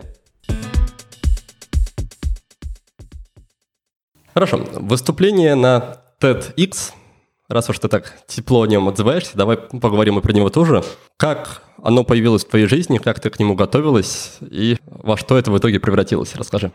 Хорошо, выступление на TEDx, раз уж ты так тепло о нем отзываешься, давай поговорим и про него тоже. Как оно появилось в твоей жизни, как ты к нему готовилась и во что это в итоге превратилось? Расскажи.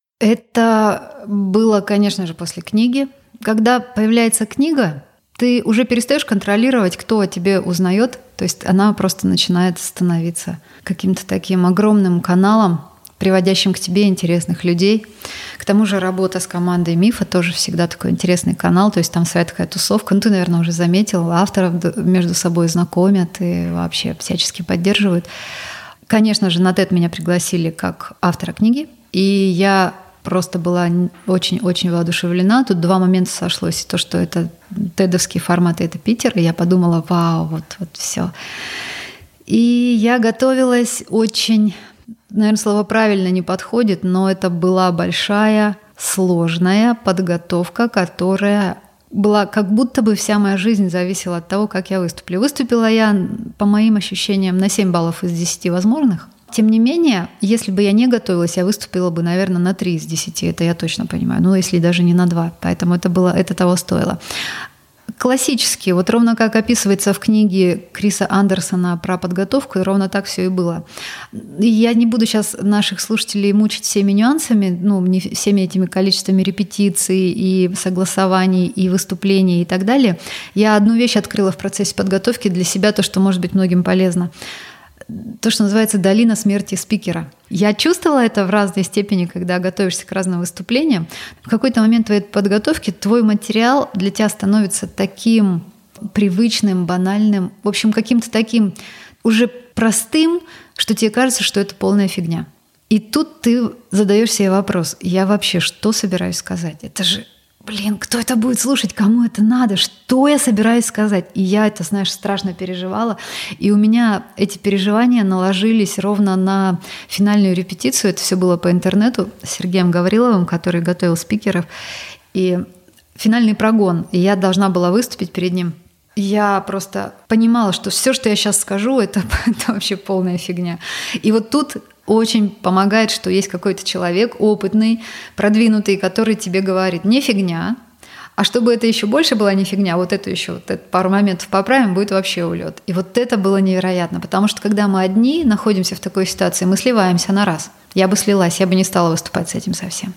Это было, конечно же, после книги. Когда появляется книга, ты уже перестаешь контролировать, кто о тебе узнает. То есть она просто начинает становиться каким-то таким огромным каналом, приводящим к тебе интересных людей. К тому же работа с командой Мифа тоже всегда такой интересный канал. То есть там своя такая тусовка. Ну, ты, наверное, уже заметил, авторов между собой знакомят и вообще всячески поддерживают. Конечно же, на TED меня пригласили как автора книги. И я просто была очень-очень воодушевлена. Тут два момента сошлось. То, что это тедовский формат, и это Питер. И я подумала, вау, вот, вот все. И я готовилась очень, наверное, слово правильно не подходит, но это была большая, сложная подготовка, которая была, как будто бы вся моя жизнь зависела от того, как я выступлю. Выступила я, по моим ощущениям, на семь баллов из десяти возможных. Тем не менее, если бы я не готовилась, я выступила бы, наверное, на три из десяти, это я точно понимаю, ну, если даже не на два, поэтому это, было, это того стоило. Классически, вот ровно как описывается в книге Криса Андерсона про подготовку, ровно так все и было. Я не буду сейчас наших слушателей мучить всеми нюансами, ну, не всеми этими количествами репетиций и согласований, и выступлений и так далее. Я одну вещь открыла в процессе подготовки для себя, то, что может быть многим полезно. То, что называется долина смерти спикера. Я чувствовала это в разной степени, когда готовишься к разным выступлениям. В какой-то момент твоей подготовки твой материал для тебя становится таким привычным, банальным, в общем, каким-то таким уже простым, что тебе кажется, что это полная фигня. И тут ты задаешь себе вопрос: я вообще что собираюсь сказать? Это же блин, кто это будет слушать, кому это надо, что я собираюсь сказать. И я это, знаешь, страшно переживала. И у меня эти переживания наложились ровно на финальную репетицию. Это все было по интернету с Сергеем Гавриловым, который готовил спикеров. И финальный прогон. И я должна была выступить перед ним. Я просто понимала, что все, что я сейчас скажу, это, это вообще полная фигня. И вот тут очень помогает, что есть какой-то человек опытный, продвинутый, который тебе говорит: не фигня, а чтобы это еще больше была не фигня, вот это еще вот это пару моментов поправим, будет вообще улет. И вот это было невероятно, потому что когда мы одни находимся в такой ситуации, мы сливаемся на раз. Я бы слилась, я бы не стала выступать с этим совсем.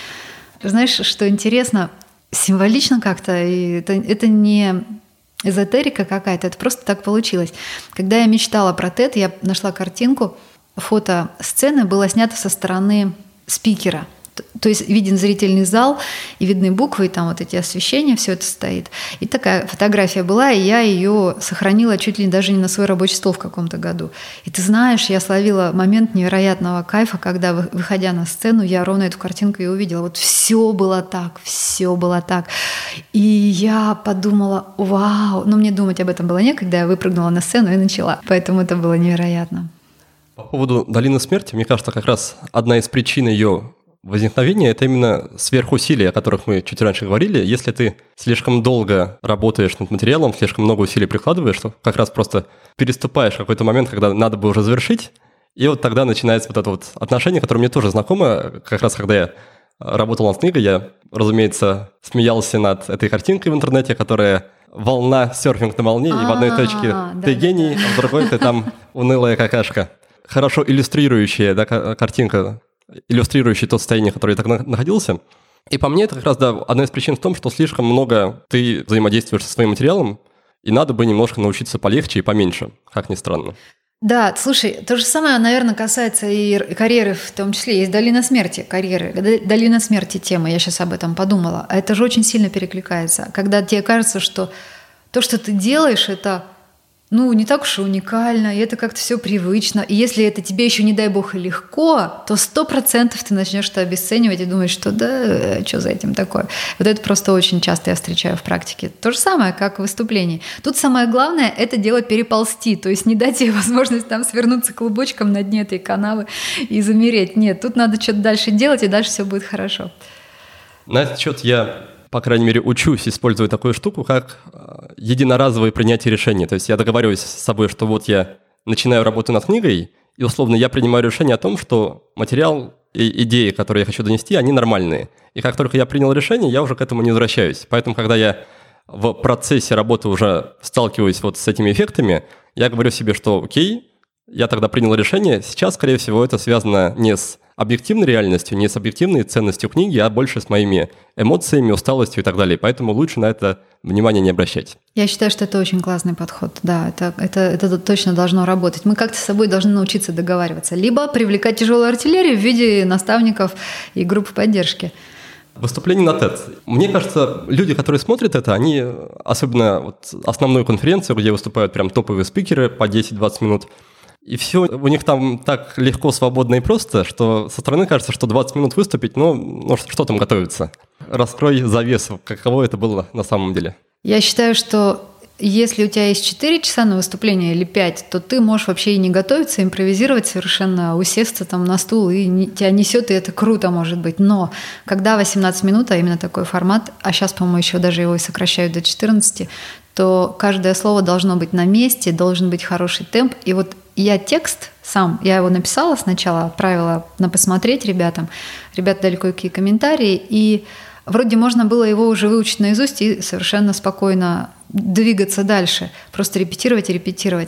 Знаешь, что интересно, символично как-то, и это, это не эзотерика какая-то, это просто так получилось. Когда я мечтала про TED, я нашла картинку, фото сцены было снято со стороны спикера. То есть виден зрительный зал, и видны буквы, и там вот эти освещения, все это стоит. И такая фотография была, и я ее сохранила чуть ли даже не на свой рабочий стол в каком-то году. И ты знаешь, я словила момент невероятного кайфа, когда, выходя на сцену, я ровно эту картинку и увидела. Вот все было так, все было так. И я подумала: вау, но мне думать об этом было некогда, я выпрыгнула на сцену и начала. Поэтому это было невероятно. По поводу долины смерти, мне кажется, как раз одна из причин ее возникновения – это именно сверхусилия, о которых мы чуть раньше говорили. Если ты слишком долго работаешь над материалом, слишком много усилий прикладываешь, то как раз просто переступаешь какой-то момент, когда надо бы уже завершить, и вот тогда начинается вот это вот отношение, которое мне тоже знакомо. Как раз когда я работал над книгой, я, разумеется, смеялся над этой картинкой в интернете, которая волна, серфинг на волне, и в одной точке ты гений, а в другой ты там унылая какашка. Хорошо иллюстрирующая, да, картинка, иллюстрирующая то состояние, в котором я так находился. И по мне это как раз, да, одна из причин в том, что слишком много ты взаимодействуешь со своим материалом, и надо бы немножко научиться полегче и поменьше, как ни странно. Да, слушай, то же самое, наверное, касается и карьеры в том числе. Есть долина смерти карьеры, долина смерти тема, я сейчас об этом подумала. А это же очень сильно перекликается. Когда тебе кажется, что то, что ты делаешь, это... ну, не так уж и уникально, и это как-то все привычно. И если это тебе еще, не дай бог, и легко, то сто процентов ты начнешь это обесценивать и думать, что да, что за этим такое. Вот это просто очень часто я встречаю в практике. То же самое, как в выступлении. Тут самое главное – это дело переползти, то есть не дать ей возможность там свернуться клубочком на дне этой канавы и замереть. Нет, тут надо что-то дальше делать, и дальше все будет хорошо. На этот счет я... по крайней мере, учусь, используя такую штуку, как единоразовое принятие решений. То есть я договариваюсь с собой, что вот я начинаю работу над книгой, и условно я принимаю решение о том, что материал и идеи, которые я хочу донести, они нормальные. И как только я принял решение, я уже к этому не возвращаюсь. Поэтому, когда я в процессе работы уже сталкиваюсь вот с этими эффектами, я говорю себе, что окей, я тогда принял решение. Сейчас, скорее всего, это связано не с объективной реальностью, не с объективной ценностью книги, а больше с моими эмоциями, усталостью и так далее. Поэтому лучше на это внимание не обращать. Я считаю, что это очень классный подход. Да, это, это, это точно должно работать. Мы как-то с собой должны научиться договариваться. Либо привлекать тяжелую артиллерию в виде наставников и групп поддержки. Выступление на TED. Мне кажется, люди, которые смотрят это, они, особенно вот основную конференцию, где выступают прям топовые спикеры по десять-двадцать минут, и все у них там так легко, свободно и просто, что со стороны кажется, что двадцать минут выступить, ну, ну что, что там готовится? Раскрой завесу, каково это было на самом деле. Я считаю, что если у тебя есть четыре часа на выступление или пять, то ты можешь вообще и не готовиться, импровизировать совершенно, усесться там на стул, и не, тебя несет, и это круто может быть. Но когда восемнадцать минут, а именно такой формат, а сейчас, по-моему, еще даже его и сокращают до четырнадцати, то каждое слово должно быть на месте, должен быть хороший темп. И вот я текст сам, я его написала сначала, отправила на посмотреть ребятам. Ребята дали кое-какие комментарии, и вроде можно было его уже выучить наизусть и совершенно спокойно двигаться дальше, просто репетировать и репетировать.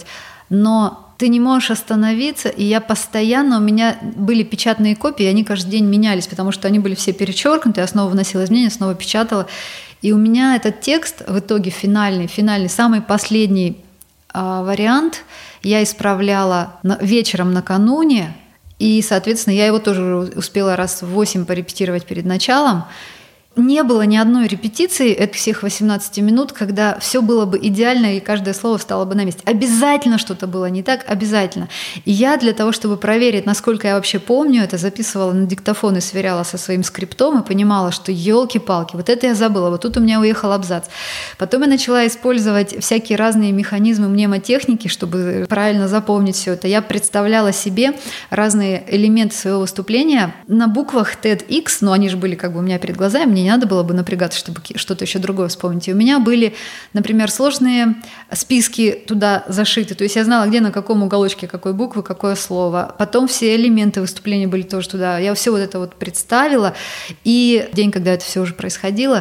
Но ты не можешь остановиться, и я постоянно, у меня были печатные копии, и они каждый день менялись, потому что они были все перечеркнуты, я снова вносила изменения, снова печатала. И у меня этот текст в итоге финальный, финальный, самый последний э, вариант я исправляла на, вечером накануне, и, соответственно, я его тоже успела раз в восемь порепетировать перед началом. не было ни одной репетиции этих всех восемнадцати минут, когда все было бы идеально и каждое слово встало бы на месте. Обязательно что-то было не так, обязательно. И я для того, чтобы проверить, насколько я вообще помню, это записывала на диктофон и сверяла со своим скриптом и понимала, что елки-палки, вот это я забыла, вот тут у меня уехал абзац. Потом я начала использовать всякие разные механизмы мнемотехники, чтобы правильно запомнить все это. Я представляла себе разные элементы своего выступления на буквах TEDx, но они же были как бы у меня перед глазами, мне не надо было бы напрягаться, чтобы что-то еще другое вспомнить. И у меня были, например, сложные списки туда зашиты. То есть я знала, где на каком уголочке какой буквы, какое слово. Потом все элементы выступления были тоже туда. Я все вот это вот представила. И в день, когда это все уже происходило,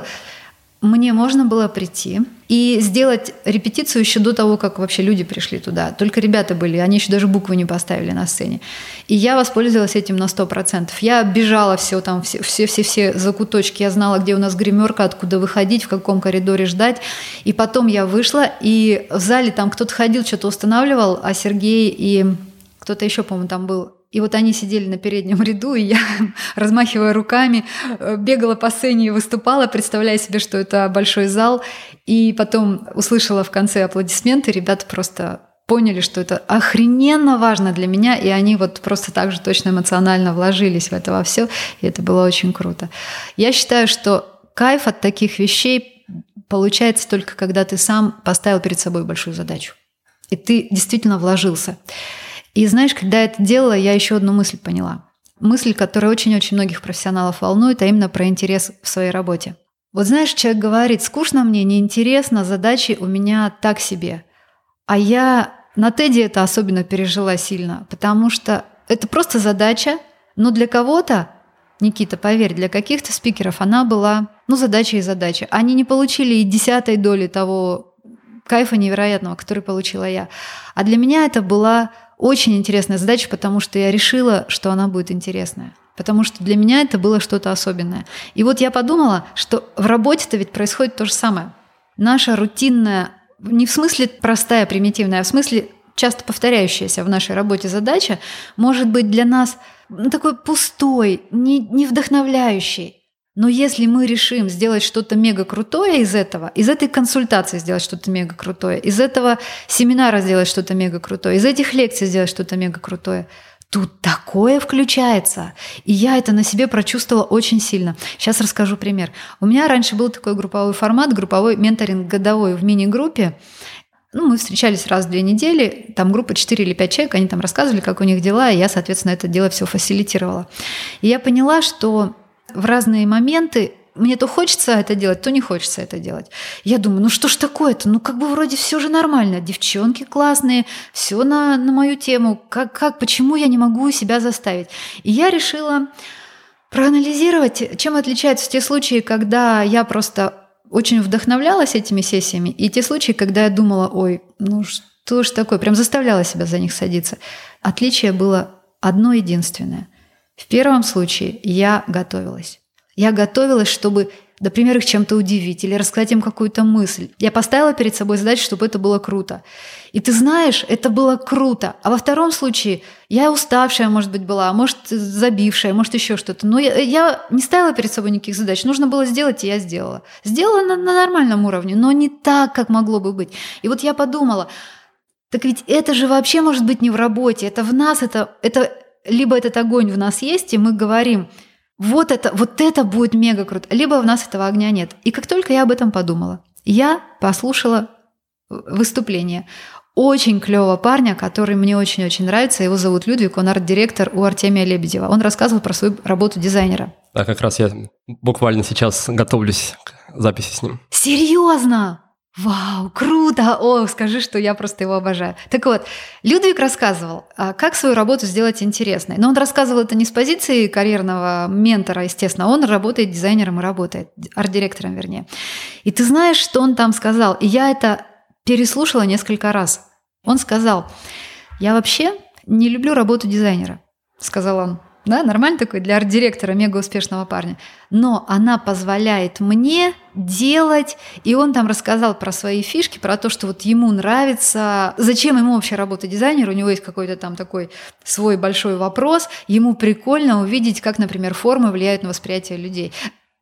мне можно было прийти и сделать репетицию еще до того, как вообще люди пришли туда. Только ребята были, они еще даже буквы не поставили на сцене. И я воспользовалась этим на сто процентов. Я оббежала все там, все-все-все закуточки. Я знала, где у нас гримерка, откуда выходить, в каком коридоре ждать. И потом я вышла, и в зале там кто-то ходил, что-то устанавливал, а Сергей и кто-то еще, по-моему, там был. И вот они сидели на переднем ряду, и я, размахивая руками, бегала по сцене и выступала, представляя себе, что это большой зал. И потом услышала в конце аплодисменты, ребята просто поняли, что это охрененно важно для меня, и они вот просто так же точно эмоционально вложились в это во все, и это было очень круто. Я считаю, что кайф от таких вещей получается только когда ты сам поставил перед собой большую задачу, и ты действительно вложился. И знаешь, когда я это делала, я еще одну мысль поняла. Мысль, которая очень-очень многих профессионалов волнует, а именно про интерес в своей работе. Вот знаешь, человек говорит, скучно мне, неинтересно, задачи у меня так себе. А я на Теди это особенно пережила сильно, потому что это просто задача, но для кого-то, Никита, поверь, для каких-то спикеров она была, ну, задача и задача. Они не получили и десятой доли того кайфа невероятного, который получила я. А для меня это была очень интересная задача, потому что я решила, что она будет интересная. Потому что для меня это было что-то особенное. И вот я подумала, что в работе-то ведь происходит то же самое. Наша рутинная, не в смысле простая, примитивная, а в смысле часто повторяющаяся в нашей работе задача может быть для нас ну, такой пустой, не, не вдохновляющей. Но если мы решим сделать что-то мега крутое из этого, из этой консультации сделать что-то мега крутое, из этого семинара сделать что-то мега крутое, из этих лекций сделать что-то мега крутое, тут такое включается. И я это на себе прочувствовала очень сильно. Сейчас расскажу пример. У меня раньше был такой групповой формат, групповой менторинг годовой в мини-группе. Ну, мы встречались раз в две недели, там группа четыре или пять человек, они там рассказывали, как у них дела, и я, соответственно, это дело все фасилитировала. И я поняла, что в разные моменты мне то хочется это делать, то не хочется это делать. Я думаю, ну что ж такое-то? Ну как бы вроде все же нормально. Девчонки классные, все на, на мою тему. Как, как, почему я не могу себя заставить? И я решила проанализировать, чем отличаются те случаи, когда я просто очень вдохновлялась этими сессиями, и те случаи, когда я думала, ой, ну что ж такое, прям заставляла себя за них садиться. Отличие было одно единственное. В первом случае я готовилась. Я готовилась, чтобы, например, их чем-то удивить или рассказать им какую-то мысль. Я поставила перед собой задачу, чтобы это было круто. И ты знаешь, это было круто. А во втором случае я уставшая, может быть, была, а может, забившая, может, еще что-то. Но я, я не ставила перед собой никаких задач. Нужно было сделать, и я сделала. Сделала на, на нормальном уровне, но не так, как могло бы быть. И вот я подумала, так ведь это же вообще может быть не в работе. Это в нас, это... это либо этот огонь в нас есть, и мы говорим, вот это, вот это будет мега круто, либо в нас этого огня нет. И как только я об этом подумала, я послушала выступление очень клевого парня, который мне очень-очень нравится. Его зовут Людвиг, он арт-директор у Артемия Лебедева. Он рассказывал про свою работу дизайнера. Да, как раз я буквально сейчас готовлюсь к записи с ним. Серьезно? Вау, круто! О, скажи, что я просто его обожаю. Так вот, Людвиг рассказывал, как свою работу сделать интересной. Но он рассказывал это не с позиции карьерного ментора, естественно. Он работает дизайнером и работает, арт-директором, вернее. И ты знаешь, что он там сказал? И я это переслушала несколько раз. Он сказал, я вообще не люблю работу дизайнера, сказал он. Да, нормально такой для арт-директора, мега успешного парня. Но она позволяет мне делать, и он там рассказал про свои фишки, про то, что вот ему нравится, зачем ему вообще работать дизайнером, у него есть какой-то там такой свой большой вопрос, ему прикольно увидеть, как, например, формы влияют на восприятие людей.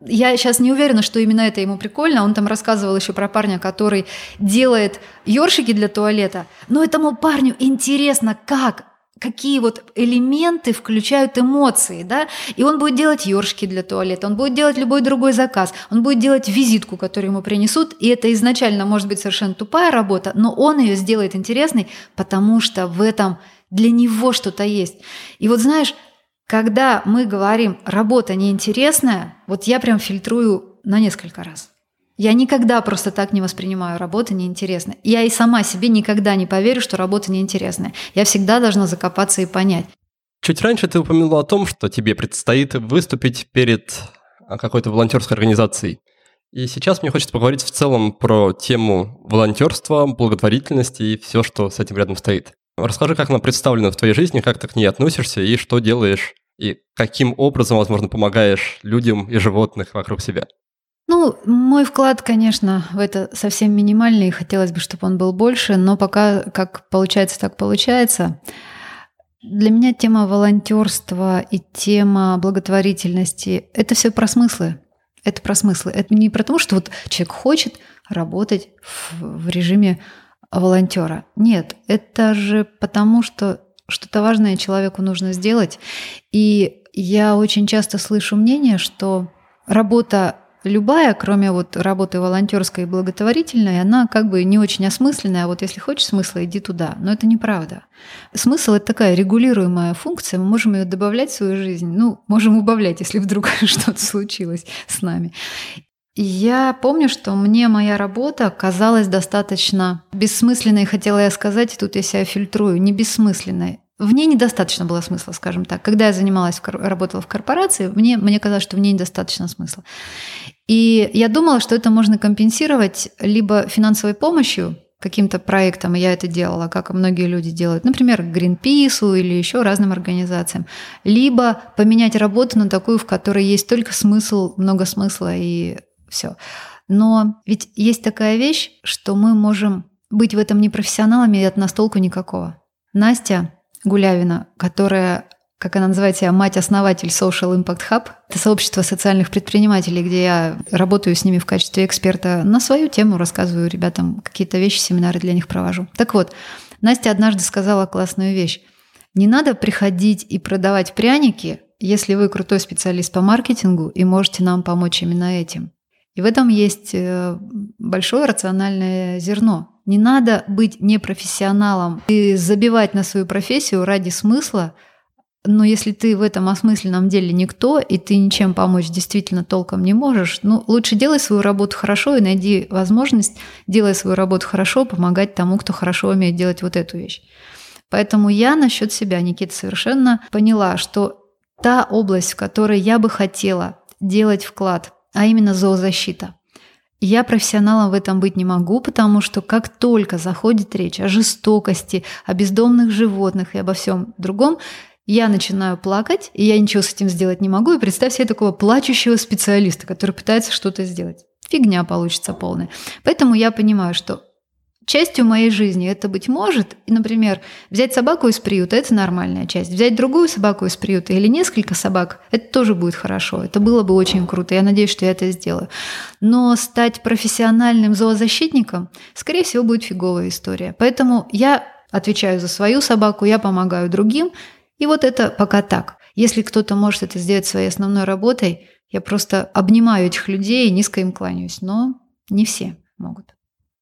Я сейчас не уверена, что именно это ему прикольно. Он там рассказывал еще про парня, который делает ёршики для туалета. Но этому парню интересно, как, какие вот элементы включают эмоции, да? И он будет делать ёршики для туалета, он будет делать любой другой заказ, он будет делать визитку, которую ему принесут. И это изначально может быть совершенно тупая работа, но он ее сделает интересной, потому что в этом для него что-то есть. И вот знаешь, когда мы говорим «работа неинтересная», вот я прям фильтрую на несколько раз. Я никогда просто так не воспринимаю «работа неинтересная». Я и сама себе никогда не поверю, что работа неинтересная. Я всегда должна закопаться и понять. Чуть раньше ты упомянула о том, что тебе предстоит выступить перед какой-то волонтерской организацией. И сейчас мне хочется поговорить в целом про тему волонтерства, благотворительности и все, что с этим рядом стоит. Расскажи, как она представлена в твоей жизни, как ты к ней относишься и что делаешь, и каким образом, возможно, помогаешь людям и животным вокруг себя. Ну, мой вклад, конечно, в это совсем минимальный, и хотелось бы, чтобы он был больше, но пока как получается, так получается. Для меня тема волонтерства и тема благотворительности – это все про смыслы. Это про смыслы. Это не про то, что вот человек хочет работать в, в режиме волонтера. Нет, это же потому, что что-то важное человеку нужно сделать. И я очень часто слышу мнение, что работа любая, кроме вот работы волонтерской и благотворительной, она как бы не очень осмысленная. А вот если хочешь смысла, иди туда. Но это неправда. Смысл – это такая регулируемая функция. Мы можем ее добавлять в свою жизнь. Ну, можем убавлять, если вдруг что-то случилось с нами. Я помню, что мне моя работа казалась достаточно бессмысленной, хотела я сказать, и тут я себя фильтрую, не бессмысленной. В ней недостаточно было смысла, скажем так. Когда я занималась, работала в корпорации, мне, мне казалось, что в ней недостаточно смысла. И я думала, что это можно компенсировать либо финансовой помощью, каким-то проектом, и я это делала, как и многие люди делают, например, Greenpeace или еще разным организациям, либо поменять работу на такую, в которой есть только смысл, много смысла и все. Но ведь есть такая вещь, что мы можем быть в этом непрофессионалами, и от нас толку никакого. Настя Гулявина, которая, как она называет себя, мать-основатель Social Impact Hub, это сообщество социальных предпринимателей, где я работаю с ними в качестве эксперта на свою тему, рассказываю ребятам какие-то вещи, семинары для них провожу. Так вот, Настя однажды сказала классную вещь. Не надо приходить и продавать пряники, если вы крутой специалист по маркетингу и можете нам помочь именно этим. И в этом есть большое рациональное зерно. Не надо быть непрофессионалом и забивать на свою профессию ради смысла, но если ты в этом осмысленном деле никто, и ты ничем помочь действительно толком не можешь, ну, лучше делай свою работу хорошо и найди возможность, делая свою работу хорошо, помогать тому, кто хорошо умеет делать вот эту вещь. Поэтому я насчет себя, Никита, совершенно поняла, что та область, в которой я бы хотела делать вклад, а именно зоозащита. Я профессионалом в этом быть не могу, потому что как только заходит речь о жестокости, о бездомных животных и обо всем другом, я начинаю плакать, и я ничего с этим сделать не могу. И представь себе такого плачущего специалиста, который пытается что-то сделать. Фигня получится полная. Поэтому я понимаю, что частью моей жизни это быть может. И, например, взять собаку из приюта – это нормальная часть. Взять другую собаку из приюта или несколько собак – это тоже будет хорошо. Это было бы очень круто. Я надеюсь, что я это сделаю. Но стать профессиональным зоозащитником, скорее всего, будет фиговая история. Поэтому я отвечаю за свою собаку, я помогаю другим. И вот это пока так. Если кто-то может это сделать своей основной работой, я просто обнимаю этих людей и низко им кланяюсь. Но не все могут.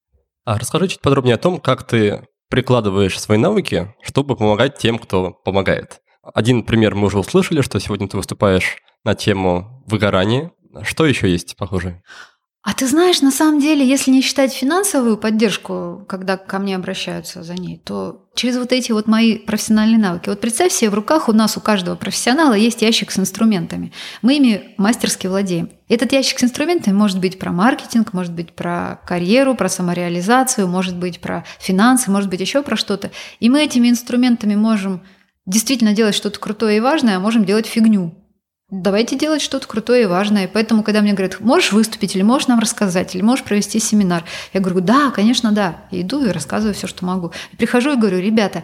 А расскажи чуть подробнее о том, как ты прикладываешь свои навыки, чтобы помогать тем, кто помогает. Один пример мы уже услышали, что сегодня ты выступаешь на тему выгорания. Что еще есть похожее? А ты знаешь, на самом деле, если не считать финансовую поддержку, когда ко мне обращаются за ней, то через вот эти вот мои профессиональные навыки. Вот представь себе, в руках у нас, у каждого профессионала есть ящик с инструментами. Мы ими мастерски владеем. Этот ящик с инструментами может быть про маркетинг, может быть про карьеру, про самореализацию, может быть про финансы, может быть еще про что-то. И мы этими инструментами можем действительно делать что-то крутое и важное, а можем делать фигню. Давайте делать что-то крутое и важное. Поэтому, когда мне говорят, можешь выступить, или можешь нам рассказать, или можешь провести семинар, я говорю, да, конечно, да. И иду и рассказываю все, что могу. И прихожу и говорю, ребята,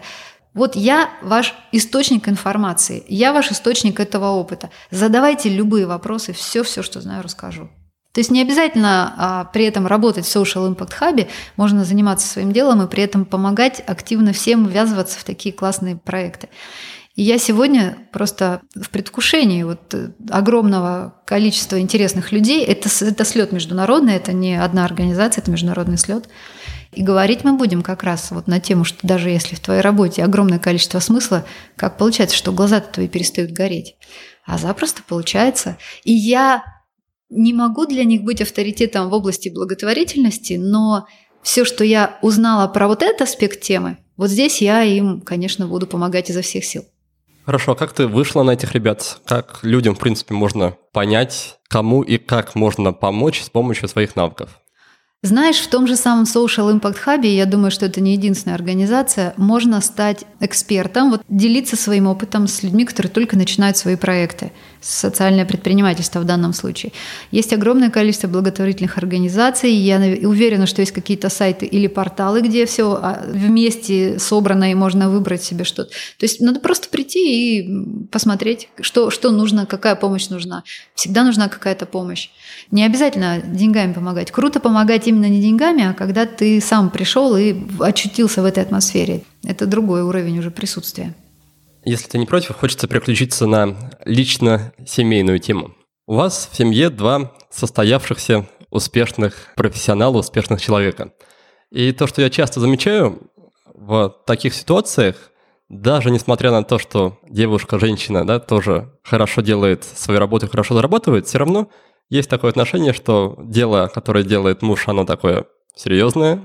Вот я ваш источник информации, я ваш источник этого опыта. Задавайте любые вопросы, все-все, что знаю, расскажу. То есть не обязательно а, при этом работать в Social Impact Hub, можно заниматься своим делом и при этом помогать активно всем ввязываться в такие классные проекты. И я сегодня просто в предвкушении вот огромного количества интересных людей, это, это слет международный, это не одна организация, это международный слет. И говорить мы будем как раз вот на тему, что даже если в твоей работе огромное количество смысла, как получается, что глаза-то твои перестают гореть. А запросто получается. И я не могу для них быть авторитетом в области благотворительности, но все, что я узнала про вот этот аспект темы, вот здесь я им, конечно, буду помогать изо всех сил. Хорошо, а как ты вышла на этих ребят? Как людям, в принципе, можно понять, кому и как можно помочь с помощью своих навыков? Знаешь, в том же самом Social Impact Hub, я думаю, что это не единственная организация, можно стать экспертом, вот, делиться своим опытом с людьми, которые только начинают свои проекты, социальное предпринимательство в данном случае. Есть огромное количество благотворительных организаций, я уверена, что есть какие-то сайты или порталы, где все вместе собрано и можно выбрать себе что-то. То есть надо просто прийти и посмотреть, что, что нужно, какая помощь нужна. Всегда нужна какая-то помощь. Не обязательно деньгами помогать. Круто помогать именно не деньгами, а когда ты сам пришел и очутился в этой атмосфере. Это другой уровень уже присутствия. Если ты не против, хочется переключиться на лично-семейную тему. У вас в семье два состоявшихся успешных профессионала, успешных человека. И то, что я часто замечаю в таких ситуациях, даже несмотря на то, что девушка, женщина, да, тоже хорошо делает свою работу, хорошо зарабатывает, все равно есть такое отношение, что дело, которое делает муж, оно такое серьезное,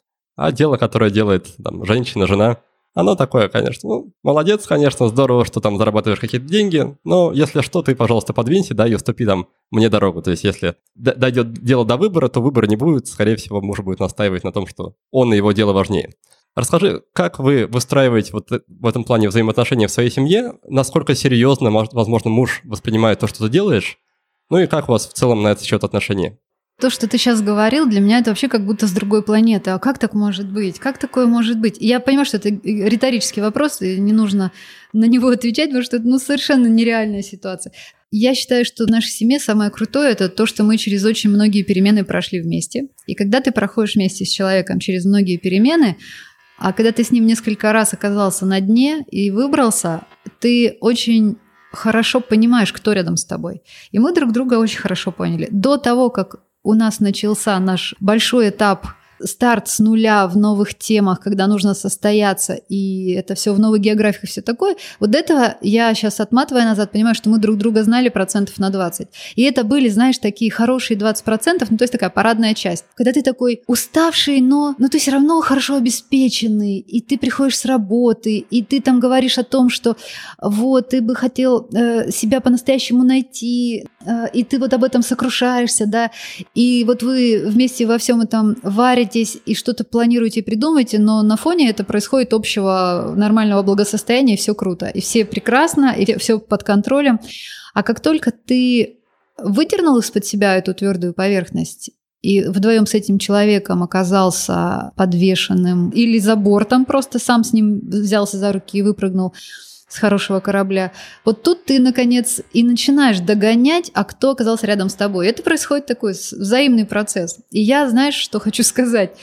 а дело, которое делает там, женщина, жена, оно такое, конечно, ну, молодец, конечно, здорово, что там зарабатываешь какие-то деньги, но если что, ты, пожалуйста, подвинься, да, и уступи там мне дорогу. То есть если дойдет дело до выбора, то выбора не будет, скорее всего, муж будет настаивать на том, что он и его дело важнее. Расскажи, как вы выстраиваете вот в этом плане взаимоотношения в своей семье, насколько серьезно, возможно, муж воспринимает то, что ты делаешь, ну и как у вас в целом на этот счет отношения? То, что ты сейчас говорил, для меня это вообще как будто с другой планеты. А как так может быть? Как такое может быть? Я понимаю, что это риторический вопрос, и не нужно на него отвечать, потому что это ну, совершенно нереальная ситуация. Я считаю, что в нашей семье самое крутое – это то, что мы через очень многие перемены прошли вместе. И когда ты проходишь вместе с человеком через многие перемены, а когда ты с ним несколько раз оказался на дне и выбрался, ты очень хорошо понимаешь, кто рядом с тобой. И мы друг друга очень хорошо поняли. До того, как у нас начался наш большой этап, старт с нуля в новых темах, когда нужно состояться, и это все в новой географии и все такое, вот этого я сейчас, отматывая назад, понимаю, что мы друг друга знали процентов на двадцать. И это были, знаешь, такие хорошие двадцать процентов, ну то есть такая парадная часть. Когда ты такой уставший, но, но ты все равно хорошо обеспеченный, и ты приходишь с работы, и ты там говоришь о том, что вот, ты бы хотел э, себя по-настоящему найти, э, и ты вот об этом сокрушаешься, да, и вот вы вместе во всем этом варите и что-то планируете и придумаете, но на фоне это происходит общего нормального благосостояния, и все круто, и все прекрасно, и все под контролем. А как только ты выдернул из-под себя эту твердую поверхность и вдвоем с этим человеком оказался подвешенным или за бортом, просто сам с ним взялся за руки и выпрыгнул с хорошего корабля, вот тут ты, наконец, и начинаешь догонять, а кто оказался рядом с тобой. Это происходит такой взаимный процесс. И я, знаешь, что хочу сказать?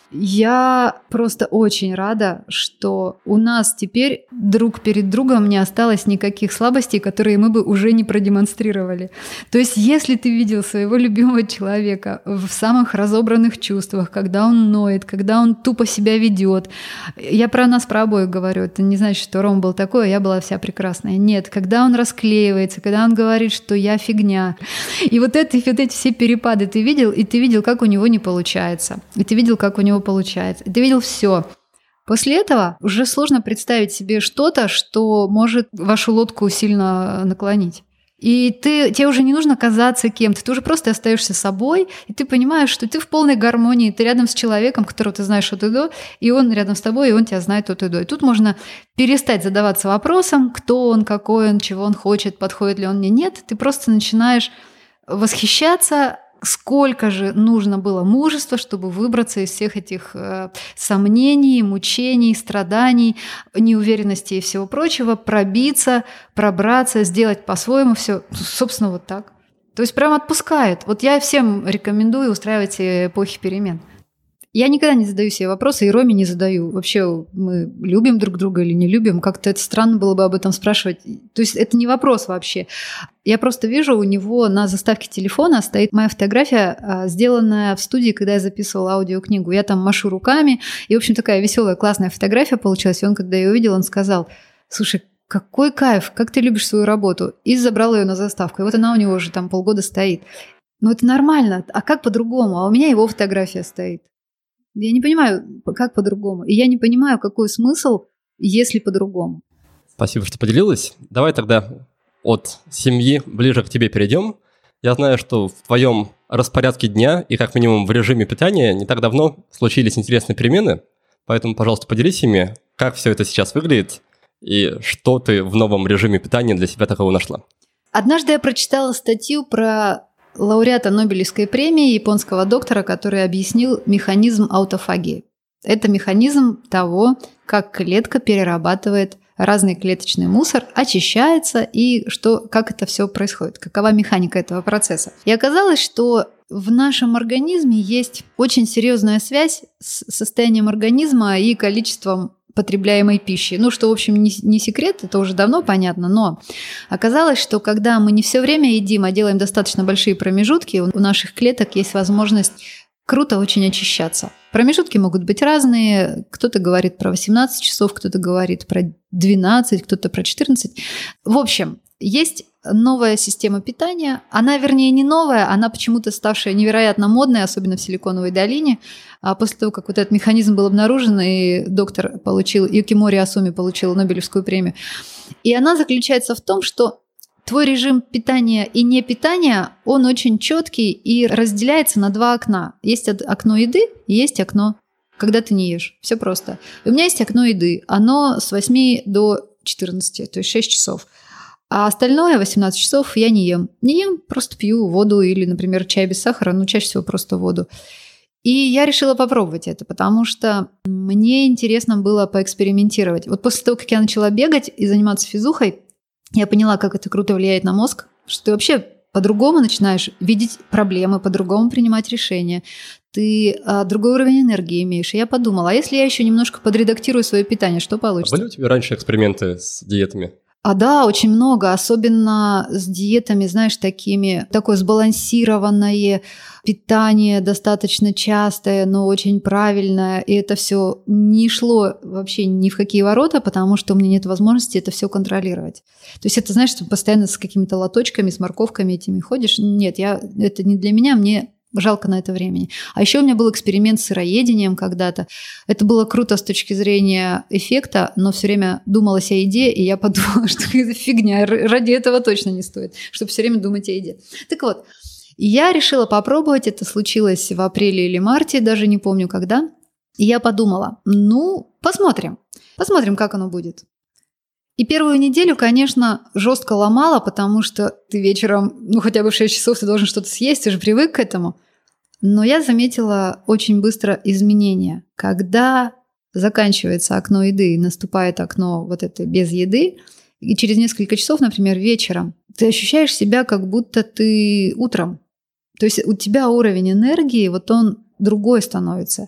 Я просто очень рада, что у нас теперь друг перед другом не осталось никаких слабостей, которые мы бы уже не продемонстрировали. То есть если ты видел своего любимого человека в самых разобранных чувствах, когда он ноет, когда он тупо себя ведет, я про нас, про обоих говорю, это не значит, что Ром был такой, а я была вся прекрасная. Нет, когда он расклеивается, когда он говорит, что я фигня. И вот, это, вот эти все перепады ты видел, и ты видел, как у него не получается. И ты видел, как у него получается. И ты видел все. После этого уже сложно представить себе что-то, что может вашу лодку сильно наклонить. И ты, тебе уже не нужно казаться кем-то, ты уже просто остаешься собой, и ты понимаешь, что ты в полной гармонии, ты рядом с человеком, которого ты знаешь от и до, и он рядом с тобой, и он тебя знает от и до. И тут можно перестать задаваться вопросом, кто он, какой он, чего он хочет, подходит ли он мне, нет. Ты просто начинаешь восхищаться сколько же нужно было мужества, чтобы выбраться из всех этих э, сомнений, мучений, страданий, неуверенности и всего прочего, пробиться, пробраться, сделать по-своему все, собственно, вот так. То есть прям отпускает. Вот я всем рекомендую устраивать эпохи перемен. Я никогда не задаю себе вопросы, и Роме не задаю. Вообще, мы любим друг друга или не любим? Как-то это странно было бы об этом спрашивать. То есть это не вопрос вообще. Я просто вижу, у него на заставке телефона стоит моя фотография, сделанная в студии, когда я записывала аудиокнигу. Я там машу руками, и, в общем, такая веселая, классная фотография получилась. И он, когда ее увидел, он сказал: слушай, какой кайф, как ты любишь свою работу. И забрал ее на заставку. И вот она у него уже там полгода стоит. Ну это нормально. А как по-другому? А у меня его фотография стоит. Я не понимаю, как по-другому. И я не понимаю, какой смысл, если по-другому. Спасибо, что поделилась. Давай тогда от семьи ближе к тебе перейдем. Я знаю, что в твоем распорядке дня и как минимум в режиме питания не так давно случились интересные перемены. Поэтому, пожалуйста, поделись ими, как все это сейчас выглядит и что ты в новом режиме питания для себя такого нашла. Однажды я прочитала статью про лауреата Нобелевской премии, японского доктора, который объяснил механизм аутофагии. Это механизм того, как клетка перерабатывает разный клеточный мусор, очищается и что, как это все происходит, какова механика этого процесса. И оказалось, что в нашем организме есть очень серьезная связь с состоянием организма и количеством потребляемой пищи. Ну, что, в общем, не, не секрет, это уже давно понятно, но оказалось, что когда мы не все время едим, а делаем достаточно большие промежутки, у наших клеток есть возможность круто очень очищаться. Промежутки могут быть разные. Кто-то говорит про восемнадцать часов, кто-то говорит про двенадцать, кто-то про четырнадцать. В общем, есть новая система питания. Она, вернее, не новая, она почему-то ставшая невероятно модной, особенно в Силиконовой долине. А после того, как вот этот механизм был обнаружен, и доктор получил, Юкимори Асуми получил Нобелевскую премию. И она заключается в том, что твой режим питания и не питания, он очень четкий и разделяется на два окна. Есть окно еды и есть окно, когда ты не ешь. Все просто. И у меня есть окно еды. Оно с восьми до четырнадцати, то есть шесть часов. А остальное, восемнадцать часов, я не ем. Не ем, просто пью воду или, например, чай без сахара, ну, чаще всего просто воду. И я решила попробовать это, потому что мне интересно было поэкспериментировать. Вот после того, как я начала бегать и заниматься физухой, я поняла, как это круто влияет на мозг, что ты вообще по-другому начинаешь видеть проблемы, по-другому принимать решения. Ты а, другой уровень энергии имеешь. И я подумала, а если я еще немножко подредактирую свое питание, что получится? А были у тебя раньше эксперименты с диетами? А да, очень много, особенно с диетами, знаешь, такими, такое сбалансированное питание, достаточно частое, но очень правильное, и это все не шло вообще ни в какие ворота, потому что у меня нет возможности это все контролировать. То есть это, знаешь, что постоянно с какими-то лоточками, с морковками этими ходишь. Нет, я, это не для меня, мне жалко на это времени. А еще у меня был эксперимент с сыроедением когда-то. Это было круто с точки зрения эффекта, но все время думалось о еде, и я подумала, что это фигня, ради этого точно не стоит, чтобы все время думать о еде. Так вот, я решила попробовать, это случилось в апреле или марте, даже не помню когда, и я подумала, ну, посмотрим, посмотрим, как оно будет. И первую неделю, конечно, жестко ломала, потому что ты вечером, ну хотя бы в шесть часов ты должен что-то съесть, ты же привык к этому. Но я заметила очень быстро изменения. Когда заканчивается окно еды и наступает окно вот это без еды, и через несколько часов, например, вечером, ты ощущаешь себя, как будто ты утром. То есть у тебя уровень энергии, вот он другой становится.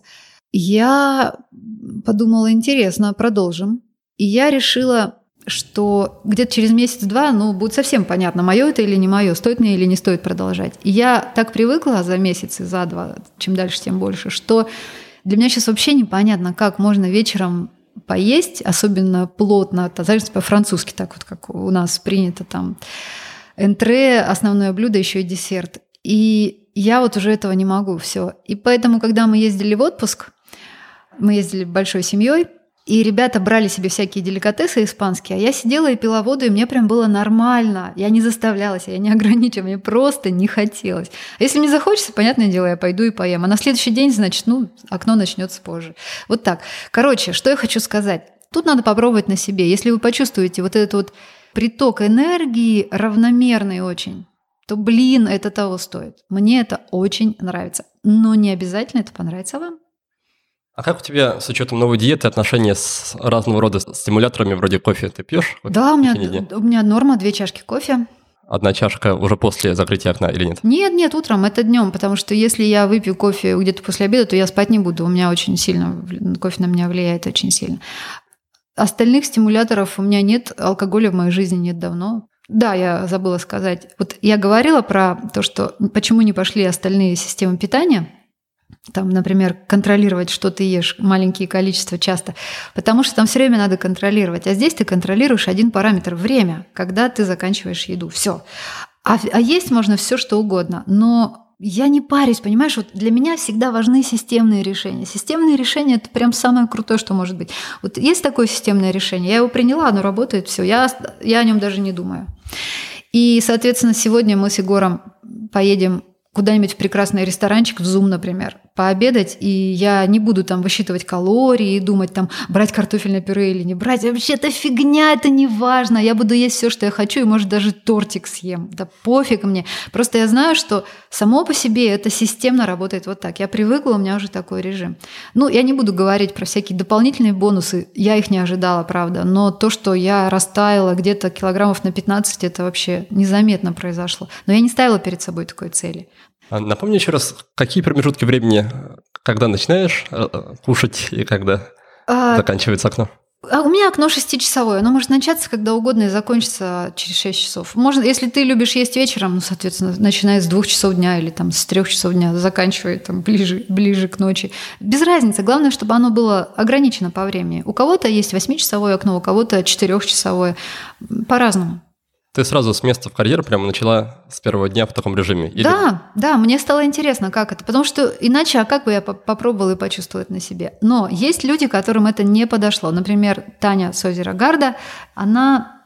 Я подумала, интересно, продолжим. И я решила, что где-то через месяц-два, ну, будет совсем понятно, мое это или не мое, стоит мне или не стоит продолжать. И я так привыкла за месяц и за два, чем дальше, тем больше, что для меня сейчас вообще непонятно, как можно вечером поесть, особенно плотно, знаешь, по-французски, так вот, как у нас принято там, энтре, основное блюдо, еще и десерт. И я вот уже этого не могу, все. И поэтому, когда мы ездили в отпуск, мы ездили большой семьей, и ребята брали себе всякие деликатесы испанские, а я сидела и пила воду, и мне прям было нормально. Я не заставлялась, я не ограничивала, мне просто не хотелось. А если мне захочется, понятное дело, я пойду и поем. А на следующий день, значит, ну, окно начнется позже. Вот так. Короче, что я хочу сказать. Тут надо попробовать на себе. Если вы почувствуете вот этот вот приток энергии равномерный очень, то, блин, это того стоит. Мне это очень нравится. Но не обязательно это понравится вам. А как у тебя с учетом новой диеты отношения с разного рода стимуляторами вроде кофе? Ты пьешь кофе? Да, у меня, у меня норма две чашки кофе. Одна чашка уже после закрытия окна или нет? Нет, нет, утром, это днем, потому что если я выпью кофе где-то после обеда, то я спать не буду. У меня очень сильно, кофе на меня влияет очень сильно. Остальных стимуляторов у меня нет, алкоголя в моей жизни нет давно. Да, я забыла сказать. Вот я говорила про то, что почему не пошли остальные системы питания. Там, например, контролировать, что ты ешь, маленькие количества часто, потому что там все время надо контролировать. А здесь ты контролируешь один параметр – время, когда ты заканчиваешь еду. Все. А, а есть можно все, что угодно. Но я не парюсь, понимаешь? Вот для меня всегда важны системные решения. Системные решения – это прям самое крутое, что может быть. Вот есть такое системное решение, я его приняла, оно работает, все, я, я о нем даже не думаю. И, соответственно, сегодня мы с Егором поедем куда-нибудь в прекрасный ресторанчик, в Zoom, например, пообедать, и я не буду там высчитывать калории и думать, там, брать картофельное пюре или не брать. Вообще, это фигня, это не важно. Я буду есть все, что я хочу, и, может, даже тортик съем. Да пофиг мне. Просто я знаю, что само по себе это системно работает вот так. Я привыкла, у меня уже такой режим. Ну, я не буду говорить про всякие дополнительные бонусы. Я их не ожидала, правда. Но то, что я растаяла где-то килограммов на пятнадцать, это вообще незаметно произошло. Но я не ставила перед собой такой цели. Напомни еще раз, какие промежутки времени, когда начинаешь кушать и когда а, заканчивается окно? А у меня окно шестичасовое. Оно может начаться когда угодно и закончиться через шесть часов. Можно, если ты любишь есть вечером, ну, соответственно, начиная с двух часов дня или там, с трех часов дня, заканчивая там, ближе, ближе к ночи. Без разницы. Главное, чтобы оно было ограничено по времени. У кого-то есть восьмичасовое окно, у кого-то четырехчасовое. По-разному. Ты сразу с места в карьер прямо начала с первого дня в таком режиме? Или... Да, да, мне стало интересно, как это. Потому что иначе, а как бы я попробовала и почувствовала это на себе? Но есть люди, которым это не подошло. Например, Таня с озера Гарда, она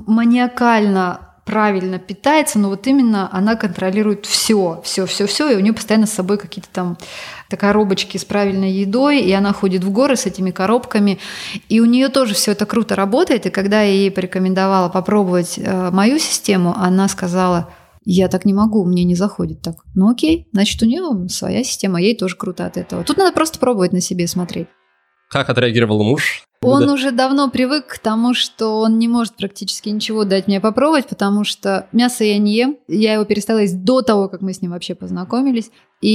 маниакально правильно питается, но вот именно она контролирует все, все, все, все, и у нее постоянно с собой какие-то там коробочки с правильной едой, и она ходит в горы с этими коробками, и у нее тоже все это круто работает, и когда я ей порекомендовала попробовать э, мою систему, она сказала: я так не могу, мне не заходит так. Ну окей, значит, у нее своя система, ей тоже круто от этого. Тут надо просто пробовать на себе смотреть. Как отреагировал муж? Он да. уже давно привык к тому, что он не может практически ничего дать мне попробовать, потому что мясо я не ем. Я его перестала есть до того, как мы с ним вообще познакомились.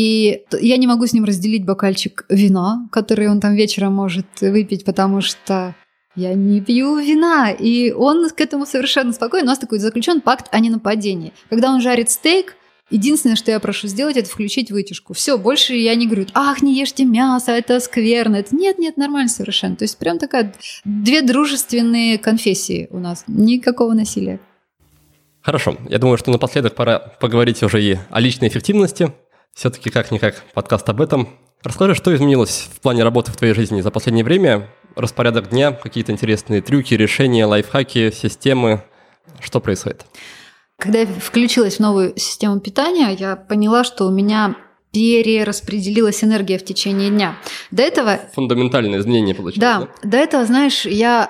И я не могу с ним разделить бокальчик вина, который он там вечером может выпить, потому что я не пью вина. И он к этому совершенно спокоен. У нас такой заключен пакт о ненападении. Когда он жарит стейк, единственное, что я прошу сделать, это включить вытяжку. Все, больше я не говорю: ах, не ешьте мясо, это скверно. Это нет, нет, нормально совершенно. То есть прям такая две дружественные конфессии у нас. Никакого насилия. Хорошо. Я думаю, что напоследок пора поговорить уже и о личной эффективности. Все-таки как-никак подкаст об этом. Расскажи, что изменилось в плане работы в твоей жизни за последнее время? Распорядок дня, какие-то интересные трюки, решения, лайфхаки, системы. Что происходит? Когда я включилась в новую систему питания, я поняла, что у меня перераспределилась энергия в течение дня. До этого... Фундаментальное изменение получилось, да? Да, до этого, знаешь, я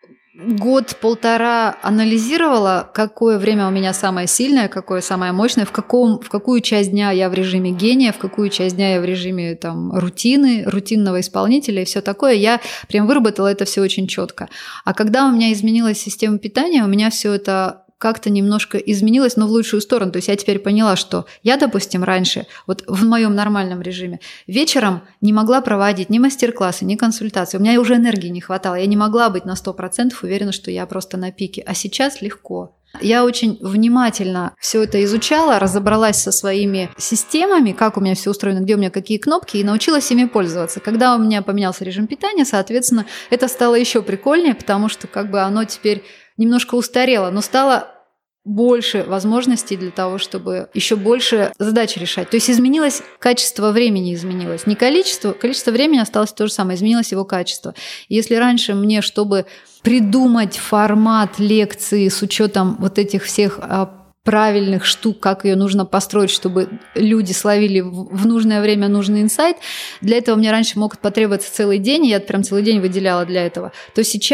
год-полтора анализировала, какое время у меня самое сильное, какое самое мощное, в, каком, в какую часть дня я в режиме гения, в какую часть дня я в режиме там, рутины, рутинного исполнителя и все такое. Я прям выработала это все очень четко. А когда у меня изменилась система питания, у меня все это как-то немножко изменилось, но в лучшую сторону. То есть я теперь поняла, что я, допустим, раньше, вот в моем нормальном режиме, вечером не могла проводить ни мастер-классы, ни консультации. У меня уже энергии не хватало. Я не могла быть на сто процентов уверена, что я просто на пике. А сейчас легко. Я очень внимательно все это изучала, разобралась со своими системами, как у меня все устроено, где у меня какие кнопки, и научилась ими пользоваться. Когда у меня поменялся режим питания, соответственно, это стало еще прикольнее, потому что как бы оно теперь немножко устарело, но стало больше возможностей для того, чтобы еще больше задач решать. То есть изменилось качество времени, изменилось. Не количество, количество времени осталось то же самое, изменилось его качество. Если раньше мне, чтобы придумать формат лекции с учетом вот этих всех правильных штук, как ее нужно построить, чтобы люди словили в нужное время нужный инсайт, для этого мне раньше мог потребоваться целый день, и я прям целый день выделяла для этого, то сейчас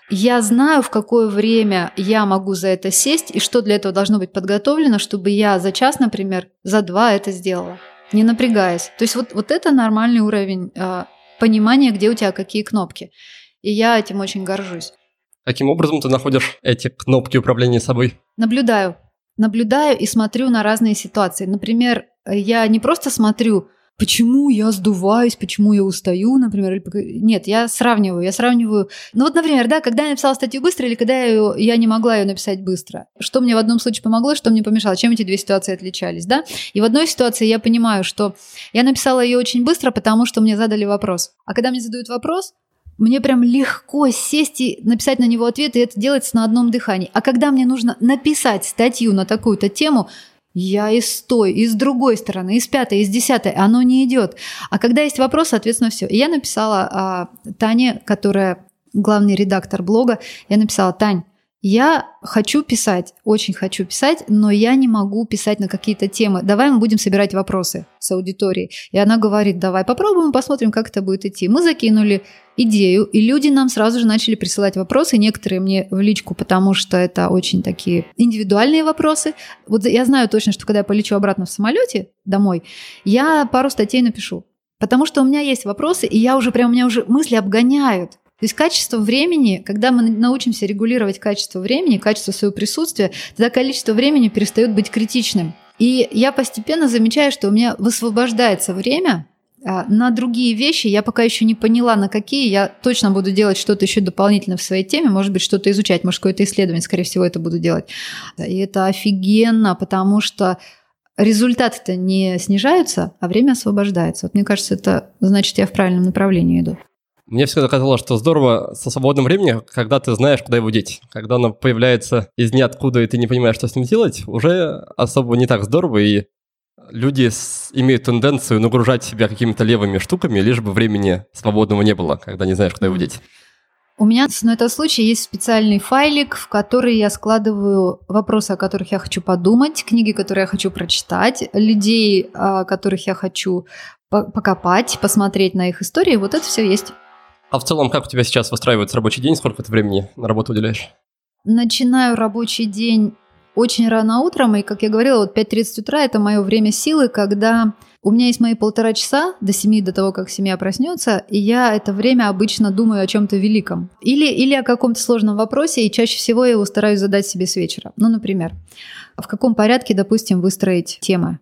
я знаю, в какое время я могу за это сесть и что для этого должно быть подготовлено, чтобы я за час, например, за два это сделала, не напрягаясь. То есть вот, вот это нормальный уровень э, понимания, где у тебя какие кнопки. И я этим очень горжусь. Каким образом ты находишь эти кнопки управления собой? Наблюдаю. Наблюдаю и смотрю на разные ситуации. Например, я не просто смотрю, почему я сдуваюсь, почему я устаю, например. Нет, я сравниваю, я сравниваю. Ну вот, например, да, когда я написала статью быстро или когда я, ее, я не могла ее написать быстро. Что мне в одном случае помогло, что мне помешало, чем эти две ситуации отличались, да? И в одной ситуации я понимаю, что я написала ее очень быстро, потому что мне задали вопрос. А когда мне задают вопрос, мне прям легко сесть и написать на него ответ, и это делается на одном дыхании. А когда мне нужно написать статью на такую-то тему, я и с той, и с другой стороны, и с пятой, и с десятой, оно не идет. А когда есть вопрос, соответственно, все. И я написала а, Тане, которая главный редактор блога, я написала: Тань, я хочу писать, очень хочу писать, но я не могу писать на какие-то темы. Давай мы будем собирать вопросы с аудиторией. И она говорит: давай попробуем, посмотрим, как это будет идти. Мы закинули идею, и люди нам сразу же начали присылать вопросы, некоторые мне в личку, потому что это очень такие индивидуальные вопросы. Вот я знаю точно, что когда я полечу обратно в самолете домой, я пару статей напишу, потому что у меня есть вопросы, и я уже прям, у меня уже мысли обгоняют. То есть качество времени, когда мы научимся регулировать качество времени, качество своего присутствия, тогда количество времени перестает быть критичным. И я постепенно замечаю, что у меня высвобождается время на другие вещи. Я пока еще не поняла, на какие. Я точно буду делать что-то еще дополнительно в своей теме, может быть, что-то изучать, может, какое-то исследование, скорее всего, это буду делать. И это офигенно, потому что результаты-то не снижаются, а время освобождается. Вот мне кажется, это значит, я в правильном направлении иду. Мне всегда казалось, что здорово со свободным временем, когда ты знаешь, куда его деть. Когда оно появляется из ниоткуда, и ты не понимаешь, что с ним делать, уже особо не так здорово, и люди с... имеют тенденцию нагружать себя какими-то левыми штуками, лишь бы времени свободного не было, когда не знаешь, куда его деть. У меня на этот случай есть специальный файлик, в который я складываю вопросы, о которых я хочу подумать, книги, которые я хочу прочитать, людей, о которых я хочу покопать, посмотреть на их истории. Вот это все есть. А в целом, как у тебя сейчас выстраивается рабочий день? Сколько ты времени на работу уделяешь? Начинаю рабочий день очень рано утром, и, как я говорила, вот пять тридцать утра – это мое время силы, когда у меня есть мои полтора часа до семи, до того, как семья проснется, и я это время обычно думаю о чем-то великом. Или, или о каком-то сложном вопросе, и чаще всего я его стараюсь задать себе с вечера. Ну, например, в каком порядке, допустим, выстроить темы?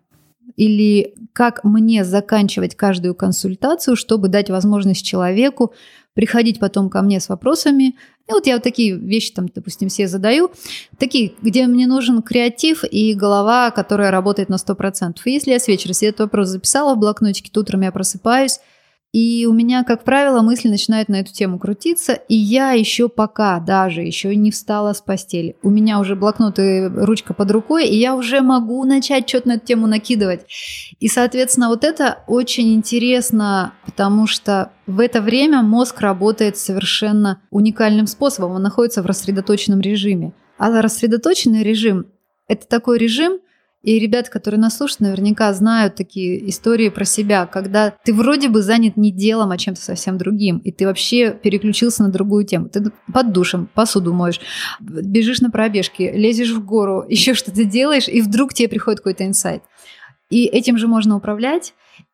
Или как мне заканчивать каждую консультацию, чтобы дать возможность человеку приходить потом ко мне с вопросами. И вот я вот такие вещи, там, допустим, себе задаю, такие, где мне нужен креатив и голова, которая работает на сто процентов. И если я с вечера себе этот вопрос записала в блокнотике, то утром я просыпаюсь, и у меня, как правило, мысли начинают на эту тему крутиться, и я еще пока даже еще не встала с постели. У меня уже блокнот и ручка под рукой, и я уже могу начать что-то на эту тему накидывать. И, соответственно, вот это очень интересно, потому что в это время мозг работает совершенно уникальным способом. Он находится в рассредоточенном режиме. А рассредоточенный режим – это такой режим, и ребята, которые нас слушают, наверняка знают такие истории про себя, когда ты вроде бы занят не делом, а чем-то совсем другим, и ты вообще переключился на другую тему. Ты под душем посуду моешь, бежишь на пробежке, лезешь в гору, еще что-то делаешь, и вдруг тебе приходит какой-то инсайт. И этим же можно управлять.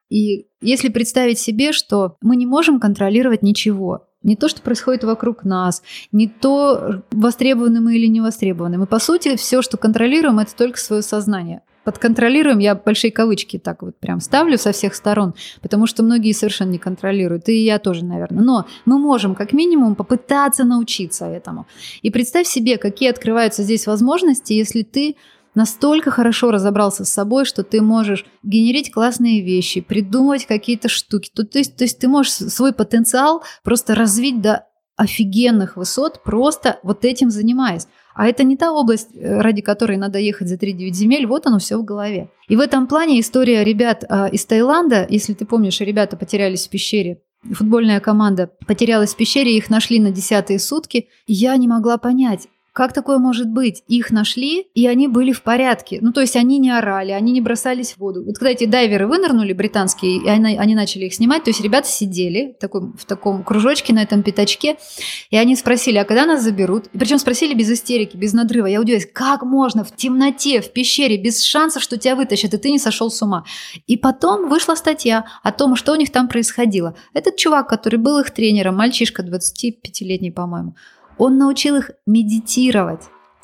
И если представить себе, что мы не можем контролировать ничего, не то, что происходит вокруг нас, не то, востребованы мы или не востребованы. Мы, по сути, все, что контролируем, это только свое сознание. Под контролируем я большие кавычки так вот прям ставлю со всех сторон, потому что многие совершенно не контролируют, и я тоже, наверное. Но мы можем как минимум попытаться научиться этому. И представь себе, какие открываются здесь возможности, если ты настолько хорошо разобрался с собой, что ты можешь генерить классные вещи, придумывать какие-то штуки. То, то, есть, то есть ты можешь свой потенциал просто развить до офигенных высот, просто вот этим занимаясь. А это не та область, ради которой надо ехать за три девять земель, вот оно все в голове. И в этом плане история ребят а, из Таиланда, если ты помнишь, ребята потерялись в пещере, футбольная команда потерялась в пещере, их нашли на десятые сутки, я не могла понять, Как такое может быть? Их нашли, и они были в порядке. Ну, то есть они не орали, они не бросались в воду. Вот когда эти дайверы вынырнули, британские, и они, они начали их снимать, то есть ребята сидели в таком, в таком кружочке на этом пятачке, и они спросили, а когда нас заберут? И причем спросили без истерики, без надрыва. Я удивилась, как можно в темноте, в пещере, без шансов, что тебя вытащат, и ты не сошел с ума. И потом вышла статья о том, что у них там происходило. Этот чувак, который был их тренером, мальчишка двадцатипятилетний, по-моему, он научил их медитировать.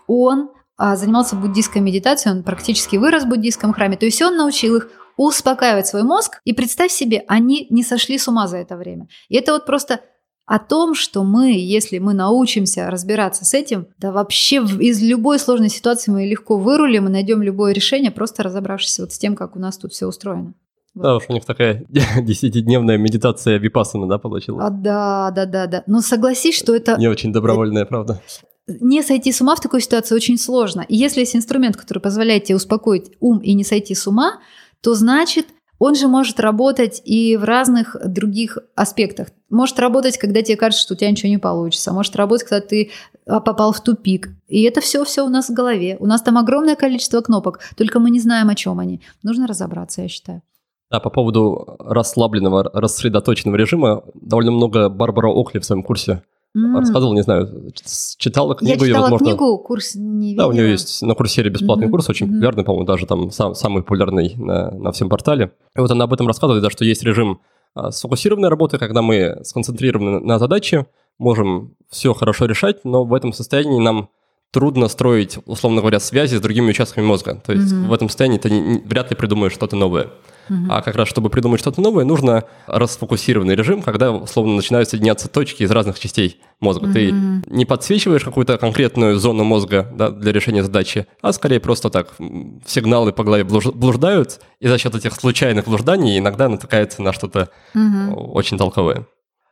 Он а, занимался буддийской медитацией, он практически вырос в буддийском храме. То есть он научил их успокаивать свой мозг. И представь себе, они не сошли с ума за это время. И это вот просто о том, что мы, если мы научимся разбираться с этим, да вообще из любой сложной ситуации мы легко вырулим и найдем любое решение, просто разобравшись вот с тем, как у нас тут все устроено. Да уж, у них такая десятидневная медитация випассана, да, получилась? А, да, да, да, да. Но согласись, что это... Не очень добровольная, правда. Не сойти с ума в такой ситуации очень сложно. И если есть инструмент, который позволяет тебе успокоить ум и не сойти с ума, то значит, он же может работать и в разных других аспектах. Может работать, когда тебе кажется, что у тебя ничего не получится. Может работать, когда ты попал в тупик. И это все-все у нас в голове. У нас там огромное количество кнопок, только мы не знаем, о чем они. Нужно разобраться, я считаю. Да, по поводу расслабленного, рассредоточенного режима, довольно много Барбара Окли в своем курсе mm. рассказывала, не знаю, читала книгу. Я читала и, возможно... книгу, курс не видела. Да, у нее есть на Курсере бесплатный mm-hmm. курс, очень mm-hmm. популярный, по-моему, даже там сам, самый популярный на, на всем портале. И вот она об этом рассказывает, да, что есть режим а, сфокусированной работы, когда мы сконцентрированы на задаче, можем все хорошо решать, но в этом состоянии нам трудно строить, условно говоря, связи с другими участками мозга. То есть mm-hmm. в этом состоянии ты не, не, вряд ли придумаешь что-то новое. Uh-huh. А как раз, чтобы придумать что-то новое, нужно расфокусированный режим, когда, условно, начинают соединяться точки из разных частей мозга. Uh-huh. Ты не подсвечиваешь какую-то конкретную зону мозга, да, для решения задачи, а скорее просто так сигналы по голове блуждают, и за счет этих случайных блужданий иногда натыкается на что-то uh-huh. очень толковое.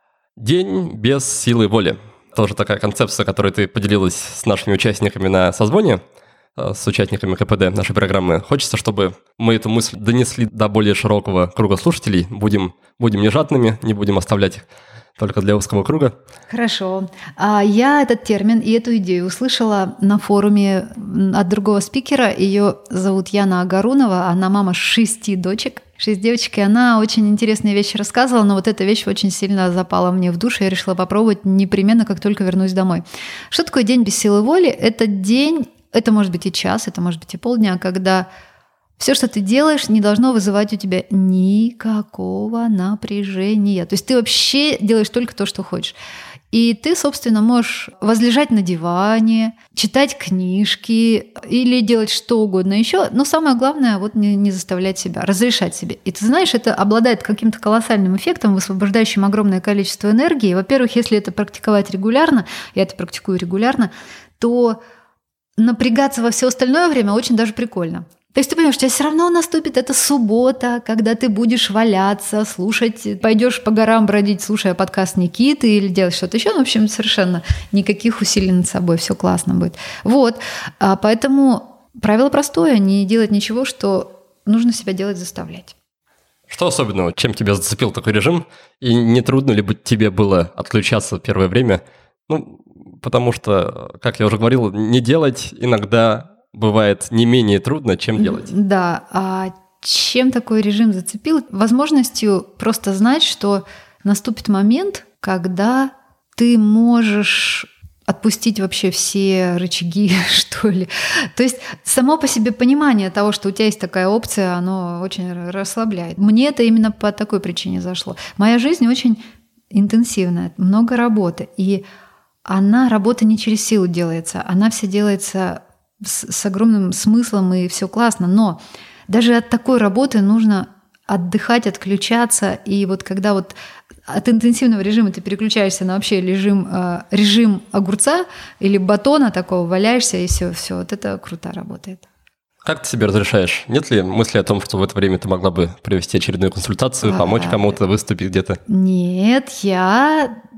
День без силы воли. Тоже такая концепция, которой ты поделилась с нашими участниками на созвоне, с участниками КПД нашей программы. Хочется, чтобы мы эту мысль донесли до более широкого круга слушателей. Будем, будем не жадными, не будем оставлять их только для узкого круга. Хорошо. Я этот термин и эту идею услышала на форуме от другого спикера. Ее зовут Яна Агарунова. Она мама шести дочек. Шесть девочек, и она очень интересные вещи рассказывала, но вот эта вещь очень сильно запала мне в душу. Я решила попробовать непременно, как только вернусь домой. Что такое день без силы воли? Это день... Это может быть и час, это может быть и полдня, когда все, что ты делаешь, не должно вызывать у тебя никакого напряжения. То есть ты вообще делаешь только то, что хочешь. И ты, собственно, можешь возлежать на диване, читать книжки или делать что угодно еще. Но самое главное, вот не, не заставлять себя, разрешать себе. И ты знаешь, это обладает каким-то колоссальным эффектом, высвобождающим огромное количество энергии. Во-первых, если это практиковать регулярно, я это практикую регулярно, то напрягаться во все остальное время очень даже прикольно. То есть ты понимаешь, у тебя все равно наступит эта суббота, когда ты будешь валяться, слушать, пойдешь по горам бродить, слушая подкаст Никиты или делать что-то еще. Ну, в общем, совершенно никаких усилий над собой, все классно будет. Вот, а поэтому правило простое, не делать ничего, что нужно себя делать, заставлять. Что особенного? Чем тебя зацепил такой режим? И не трудно ли тебе было отключаться первое время? Ну, потому что, как я уже говорил, не делать иногда бывает не менее трудно, чем делать. Да, а чем такой режим зацепил? Возможностью просто знать, что наступит момент, когда ты можешь отпустить вообще все рычаги, что ли. То есть само по себе понимание того, что у тебя есть такая опция, оно очень расслабляет. Мне это именно по такой причине зашло. Моя жизнь очень интенсивная, много работы, и она, работа не через силу делается, она вся делается с, с огромным смыслом, и все классно. Но даже от такой работы нужно отдыхать, отключаться. И вот когда вот от интенсивного режима ты переключаешься на вообще режим, э, режим огурца или батона такого, валяешься, и все, все, вот это круто работает. Как ты себе разрешаешь? Нет ли мысли о том, что в это время ты могла бы провести очередную консультацию, помочь кому-то, выступить где-то? Нет, я...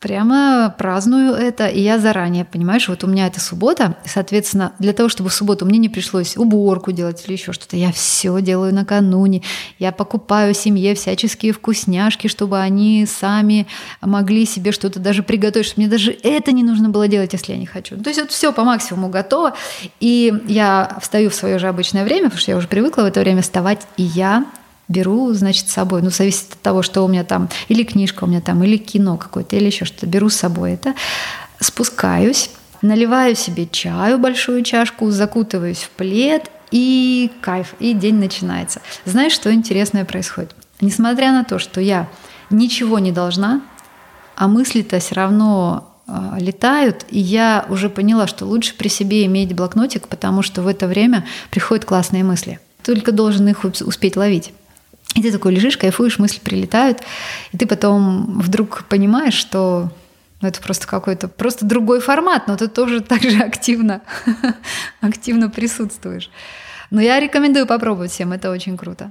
Прямо праздную это, и я заранее, понимаешь, вот у меня это суббота, и, соответственно, для того, чтобы в субботу мне не пришлось уборку делать или еще что-то, я все делаю накануне, я покупаю семье всяческие вкусняшки, чтобы они сами могли себе что-то даже приготовить, чтобы мне даже это не нужно было делать, если я не хочу. То есть вот все по максимуму готово, и я встаю в свое же обычное время, потому что я уже привыкла в это время вставать, и я беру, значит, с собой, ну, зависит от того, что у меня там, или книжка у меня там, или кино какое-то, или еще что-то, беру с собой это, спускаюсь, наливаю себе чаю, большую чашку, закутываюсь в плед, и кайф, и день начинается. Знаешь, что интересное происходит? Несмотря на то, что я ничего не должна, а мысли-то все равно э, летают, и я уже поняла, что лучше при себе иметь блокнотик, потому что в это время приходят классные мысли. Только должен их успеть ловить. И ты такой лежишь, кайфуешь, мысли прилетают, и ты потом вдруг понимаешь, что ну, это просто какой-то просто другой формат, но ты тоже так же активно, активно присутствуешь. Но я рекомендую попробовать всем, это очень круто.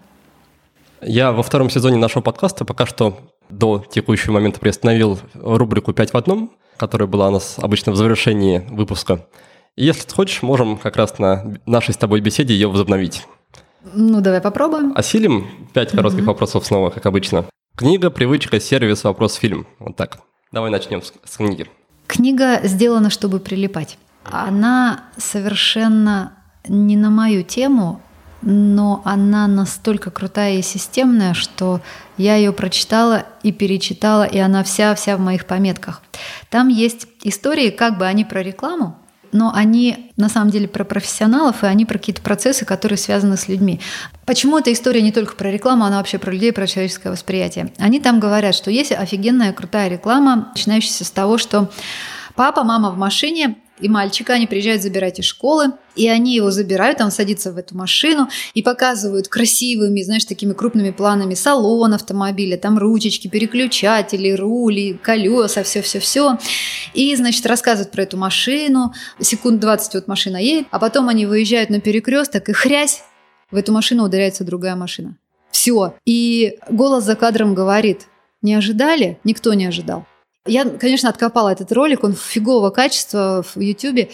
Я во втором сезоне нашего подкаста пока что до текущего момента приостановил рубрику «пять в одном», которая была у нас обычно в завершении выпуска. И если ты хочешь, можем как раз на нашей с тобой беседе ее возобновить. Ну, давай попробуем. Осилим пять коротких mm-hmm. вопросов снова, как обычно. Книга, привычка, сервис, вопрос, фильм. Вот так. Давай начнем с, с книги. Книга сделана, чтобы прилипать. Она совершенно не на мою тему, но она настолько крутая и системная, что я ее прочитала и перечитала, и она вся-вся в моих пометках. Там есть истории, как бы они про рекламу, но они на самом деле про профессионалов, и они про какие-то процессы, которые связаны с людьми. Почему эта история не только про рекламу, она вообще про людей, про человеческое восприятие? Они там говорят, что есть офигенная крутая реклама, начинающаяся с того, что папа, мама в машине, и мальчика, они приезжают забирать из школы, и они его забирают, он садится в эту машину и показывают красивыми, знаешь, такими крупными планами салон автомобиля, там ручечки, переключатели, рули, колеса, все-все-все. И, значит, рассказывают про эту машину, секунд двадцать вот машина едет, а потом они выезжают на перекресток, и хрясь, в эту машину ударяется другая машина. Все. И голос за кадром говорит: не ожидали? Никто не ожидал. Я, конечно, откопала этот ролик, он фигового качества в Ютубе,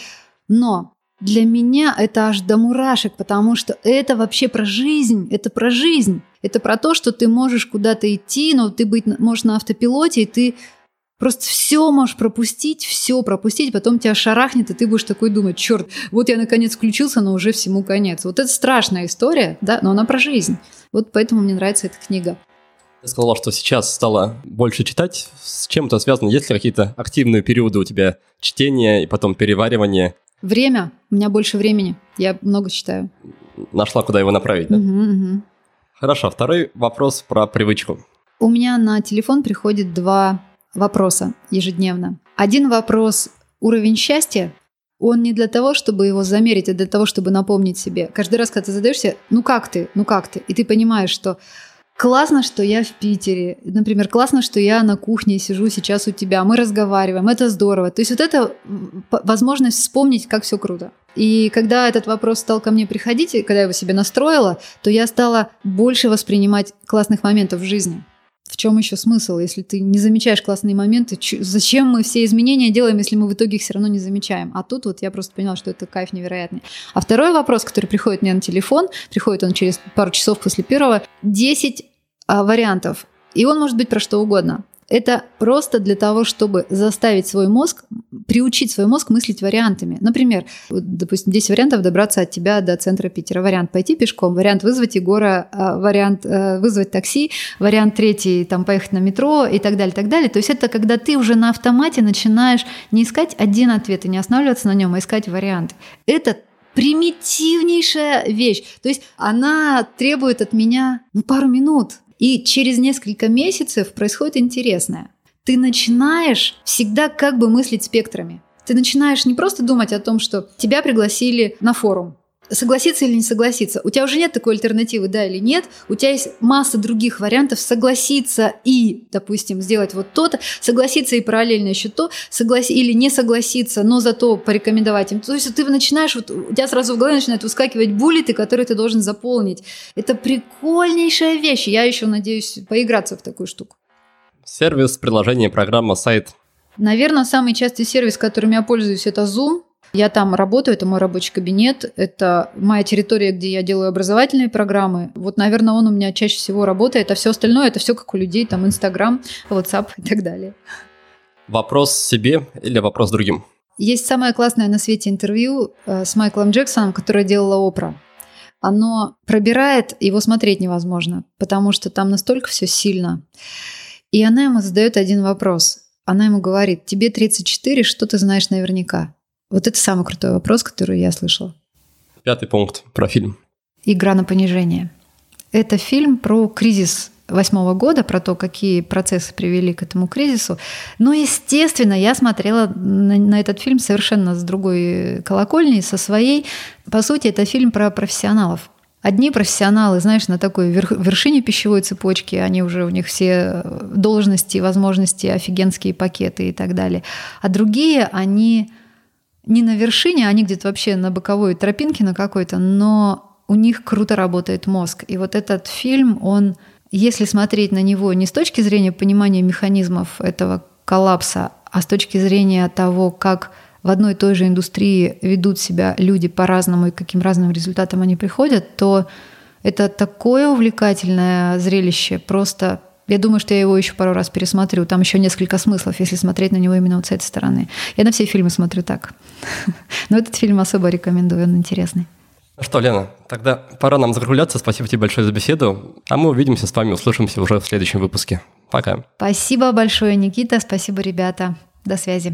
но для меня это аж до мурашек, потому что это вообще про жизнь, это про жизнь. Это про то, что ты можешь куда-то идти, но ты быть можешь на автопилоте, и ты просто все можешь пропустить, все пропустить, потом тебя шарахнет, и ты будешь такой думать: черт, вот я наконец включился, но уже всему конец. Вот это страшная история, да, но она про жизнь. Вот поэтому мне нравится эта книга. Ты сказала, что сейчас стала больше читать. С чем это связано? Есть ли какие-то активные периоды у тебя чтения и потом переваривания? Время. У меня больше времени. Я много читаю. Нашла, куда его направить, да? Угу, угу. Хорошо. Второй вопрос про привычку. У меня на телефон приходит два вопроса ежедневно. Один вопрос – уровень счастья. Он не для того, чтобы его замерить, а для того, чтобы напомнить себе. Каждый раз, когда ты задаешься: ну как ты, ну как ты? И ты понимаешь, что классно, что я в Питере. Например, классно, что я на кухне сижу сейчас у тебя. Мы разговариваем. Это здорово. То есть вот это возможность вспомнить, как все круто. И когда этот вопрос стал ко мне приходить, и когда я его себе настроила, то я стала больше воспринимать классных моментов в жизни. В чем еще смысл, если ты не замечаешь классные моменты? Зачем мы все изменения делаем, если мы в итоге их все равно не замечаем? А тут вот я просто поняла, что это кайф невероятный. А второй вопрос, который приходит мне на телефон, приходит он через пару часов после первого, десять а, вариантов. И он может быть про что угодно. Это просто для того, чтобы заставить свой мозг, приучить свой мозг мыслить вариантами. Например, допустим, десять вариантов добраться от тебя до центра Питера. Вариант пойти пешком, вариант вызвать Егора, вариант вызвать такси, вариант третий там поехать на метро и так далее, так далее. То есть это когда ты уже на автомате начинаешь не искать один ответ и не останавливаться на нем, а искать варианты. Это примитивнейшая вещь. То есть она требует от меня ну, пару минут. И через несколько месяцев происходит интересное. Ты начинаешь всегда как бы мыслить спектрами. Ты начинаешь не просто думать о том, что тебя пригласили на форум. Согласиться или не согласиться. У тебя уже нет такой альтернативы, да или нет. У тебя есть масса других вариантов согласиться и, допустим, сделать вот то-то, согласиться и параллельно еще то, соглас... или не согласиться, но зато порекомендовать им. То есть ты начинаешь, вот, у тебя сразу в голове начинают выскакивать буллеты, которые ты должен заполнить. Это прикольнейшая вещь. Я еще надеюсь поиграться в такую штуку. Сервис, приложение, программа, сайт. Наверное, самый частый сервис, которым я пользуюсь, это Zoom. Я там работаю, это мой рабочий кабинет, это моя территория, где я делаю образовательные программы. Вот, наверное, он у меня чаще всего работает, а все остальное, это все как у людей, там, Инстаграм, WhatsApp и так далее. Вопрос себе или вопрос другим? Есть самое классное на свете интервью с Майклом Джексоном, которое делала Опра. Оно пробирает, его смотреть невозможно, потому что там настолько все сильно. И она ему задает один вопрос. Она ему говорит: тебе тридцать четыре, что ты знаешь наверняка? Вот это самый крутой вопрос, который я слышала. Пятый пункт про фильм. «Игра на понижение». Это фильм про кризис восьмого года, про то, какие процессы привели к этому кризису. Но, естественно, я смотрела на, на этот фильм совершенно с другой колокольни, со своей. По сути, это фильм про профессионалов. Одни профессионалы, знаешь, на такой верх, вершине пищевой цепочки, они уже, у них все должности, возможности, офигенские пакеты и так далее. А другие, они не на вершине, они где-то вообще на боковой тропинке на какой-то, но у них круто работает мозг. И вот этот фильм, он, если смотреть на него не с точки зрения понимания механизмов этого коллапса, а с точки зрения того, как в одной и той же индустрии ведут себя люди по-разному и к каким разным результатам они приходят, то это такое увлекательное зрелище. Просто я думаю, что я его еще пару раз пересмотрю. Там еще несколько смыслов, если смотреть на него именно вот с этой стороны. Я на все фильмы смотрю так. Но этот фильм особо рекомендую, он интересный. Ну что, Лена, тогда пора нам закругляться. Спасибо тебе большое за беседу. А мы увидимся с вами, услышимся уже в следующем выпуске. Пока. Спасибо большое, Никита. Спасибо, ребята. До связи.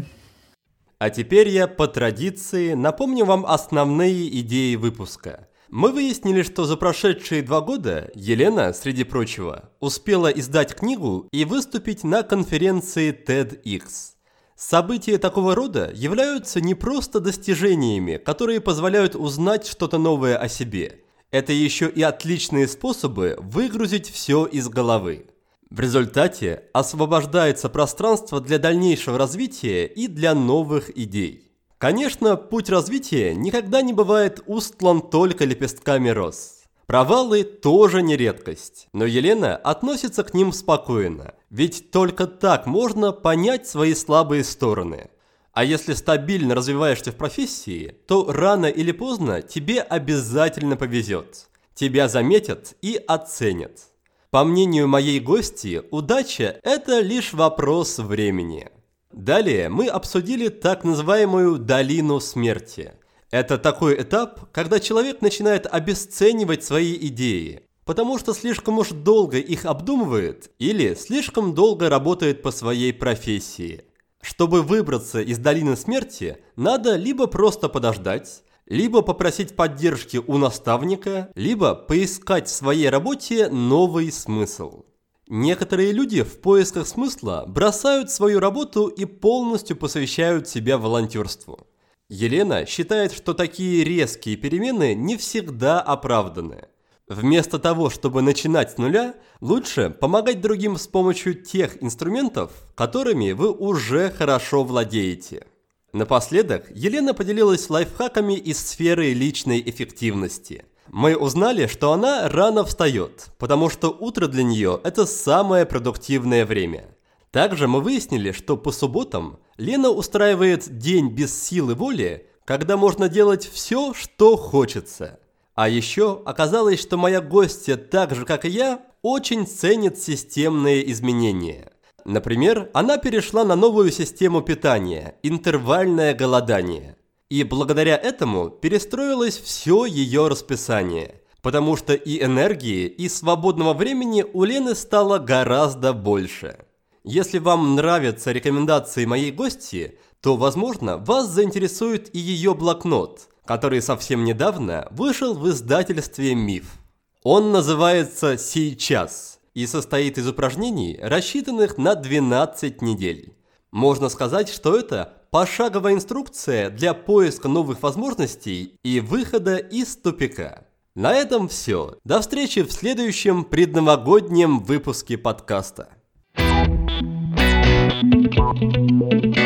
А теперь я по традиции напомню вам основные идеи выпуска. Мы выяснили, что за прошедшие два года Елена, среди прочего, успела издать книгу и выступить на конференции TEDx. События такого рода являются не просто достижениями, которые позволяют узнать что-то новое о себе. Это еще и отличные способы выгрузить все из головы. В результате освобождается пространство для дальнейшего развития и для новых идей. Конечно, путь развития никогда не бывает устлан только лепестками роз. Провалы тоже не редкость, но Елена относится к ним спокойно, ведь только так можно понять свои слабые стороны. А если стабильно развиваешься в профессии, то рано или поздно тебе обязательно повезет. Тебя заметят и оценят. По мнению моей гости, удача – это лишь вопрос времени. Далее мы обсудили так называемую долину смерти. Это такой этап, когда человек начинает обесценивать свои идеи, потому что слишком уж долго их обдумывает или слишком долго работает по своей профессии. Чтобы выбраться из долины смерти, надо либо просто подождать, либо попросить поддержки у наставника, либо поискать в своей работе новый смысл. Некоторые люди в поисках смысла бросают свою работу и полностью посвящают себя волонтерству. Елена считает, что такие резкие перемены не всегда оправданы. Вместо того, чтобы начинать с нуля, лучше помогать другим с помощью тех инструментов, которыми вы уже хорошо владеете. Напоследок, Елена поделилась лайфхаками из сферы личной эффективности. Мы узнали, что она рано встает, потому что утро для нее – это самое продуктивное время. Также мы выяснили, что по субботам Лена устраивает день без силы воли, когда можно делать все, что хочется. А еще оказалось, что моя гостья, так же как и я, очень ценит системные изменения. Например, она перешла на новую систему питания – интервальное голодание. И благодаря этому перестроилось все ее расписание, потому что и энергии, и свободного времени у Лены стало гораздо больше. Если вам нравятся рекомендации моей гости, то, возможно, вас заинтересует и ее блокнот, который совсем недавно вышел в издательстве «Миф». Он называется «Сейчас» и состоит из упражнений, рассчитанных на двенадцать недель. Можно сказать, что это пошаговая инструкция для поиска новых возможностей и выхода из тупика. На этом все. До встречи в следующем предновогоднем выпуске подкаста. Thank you.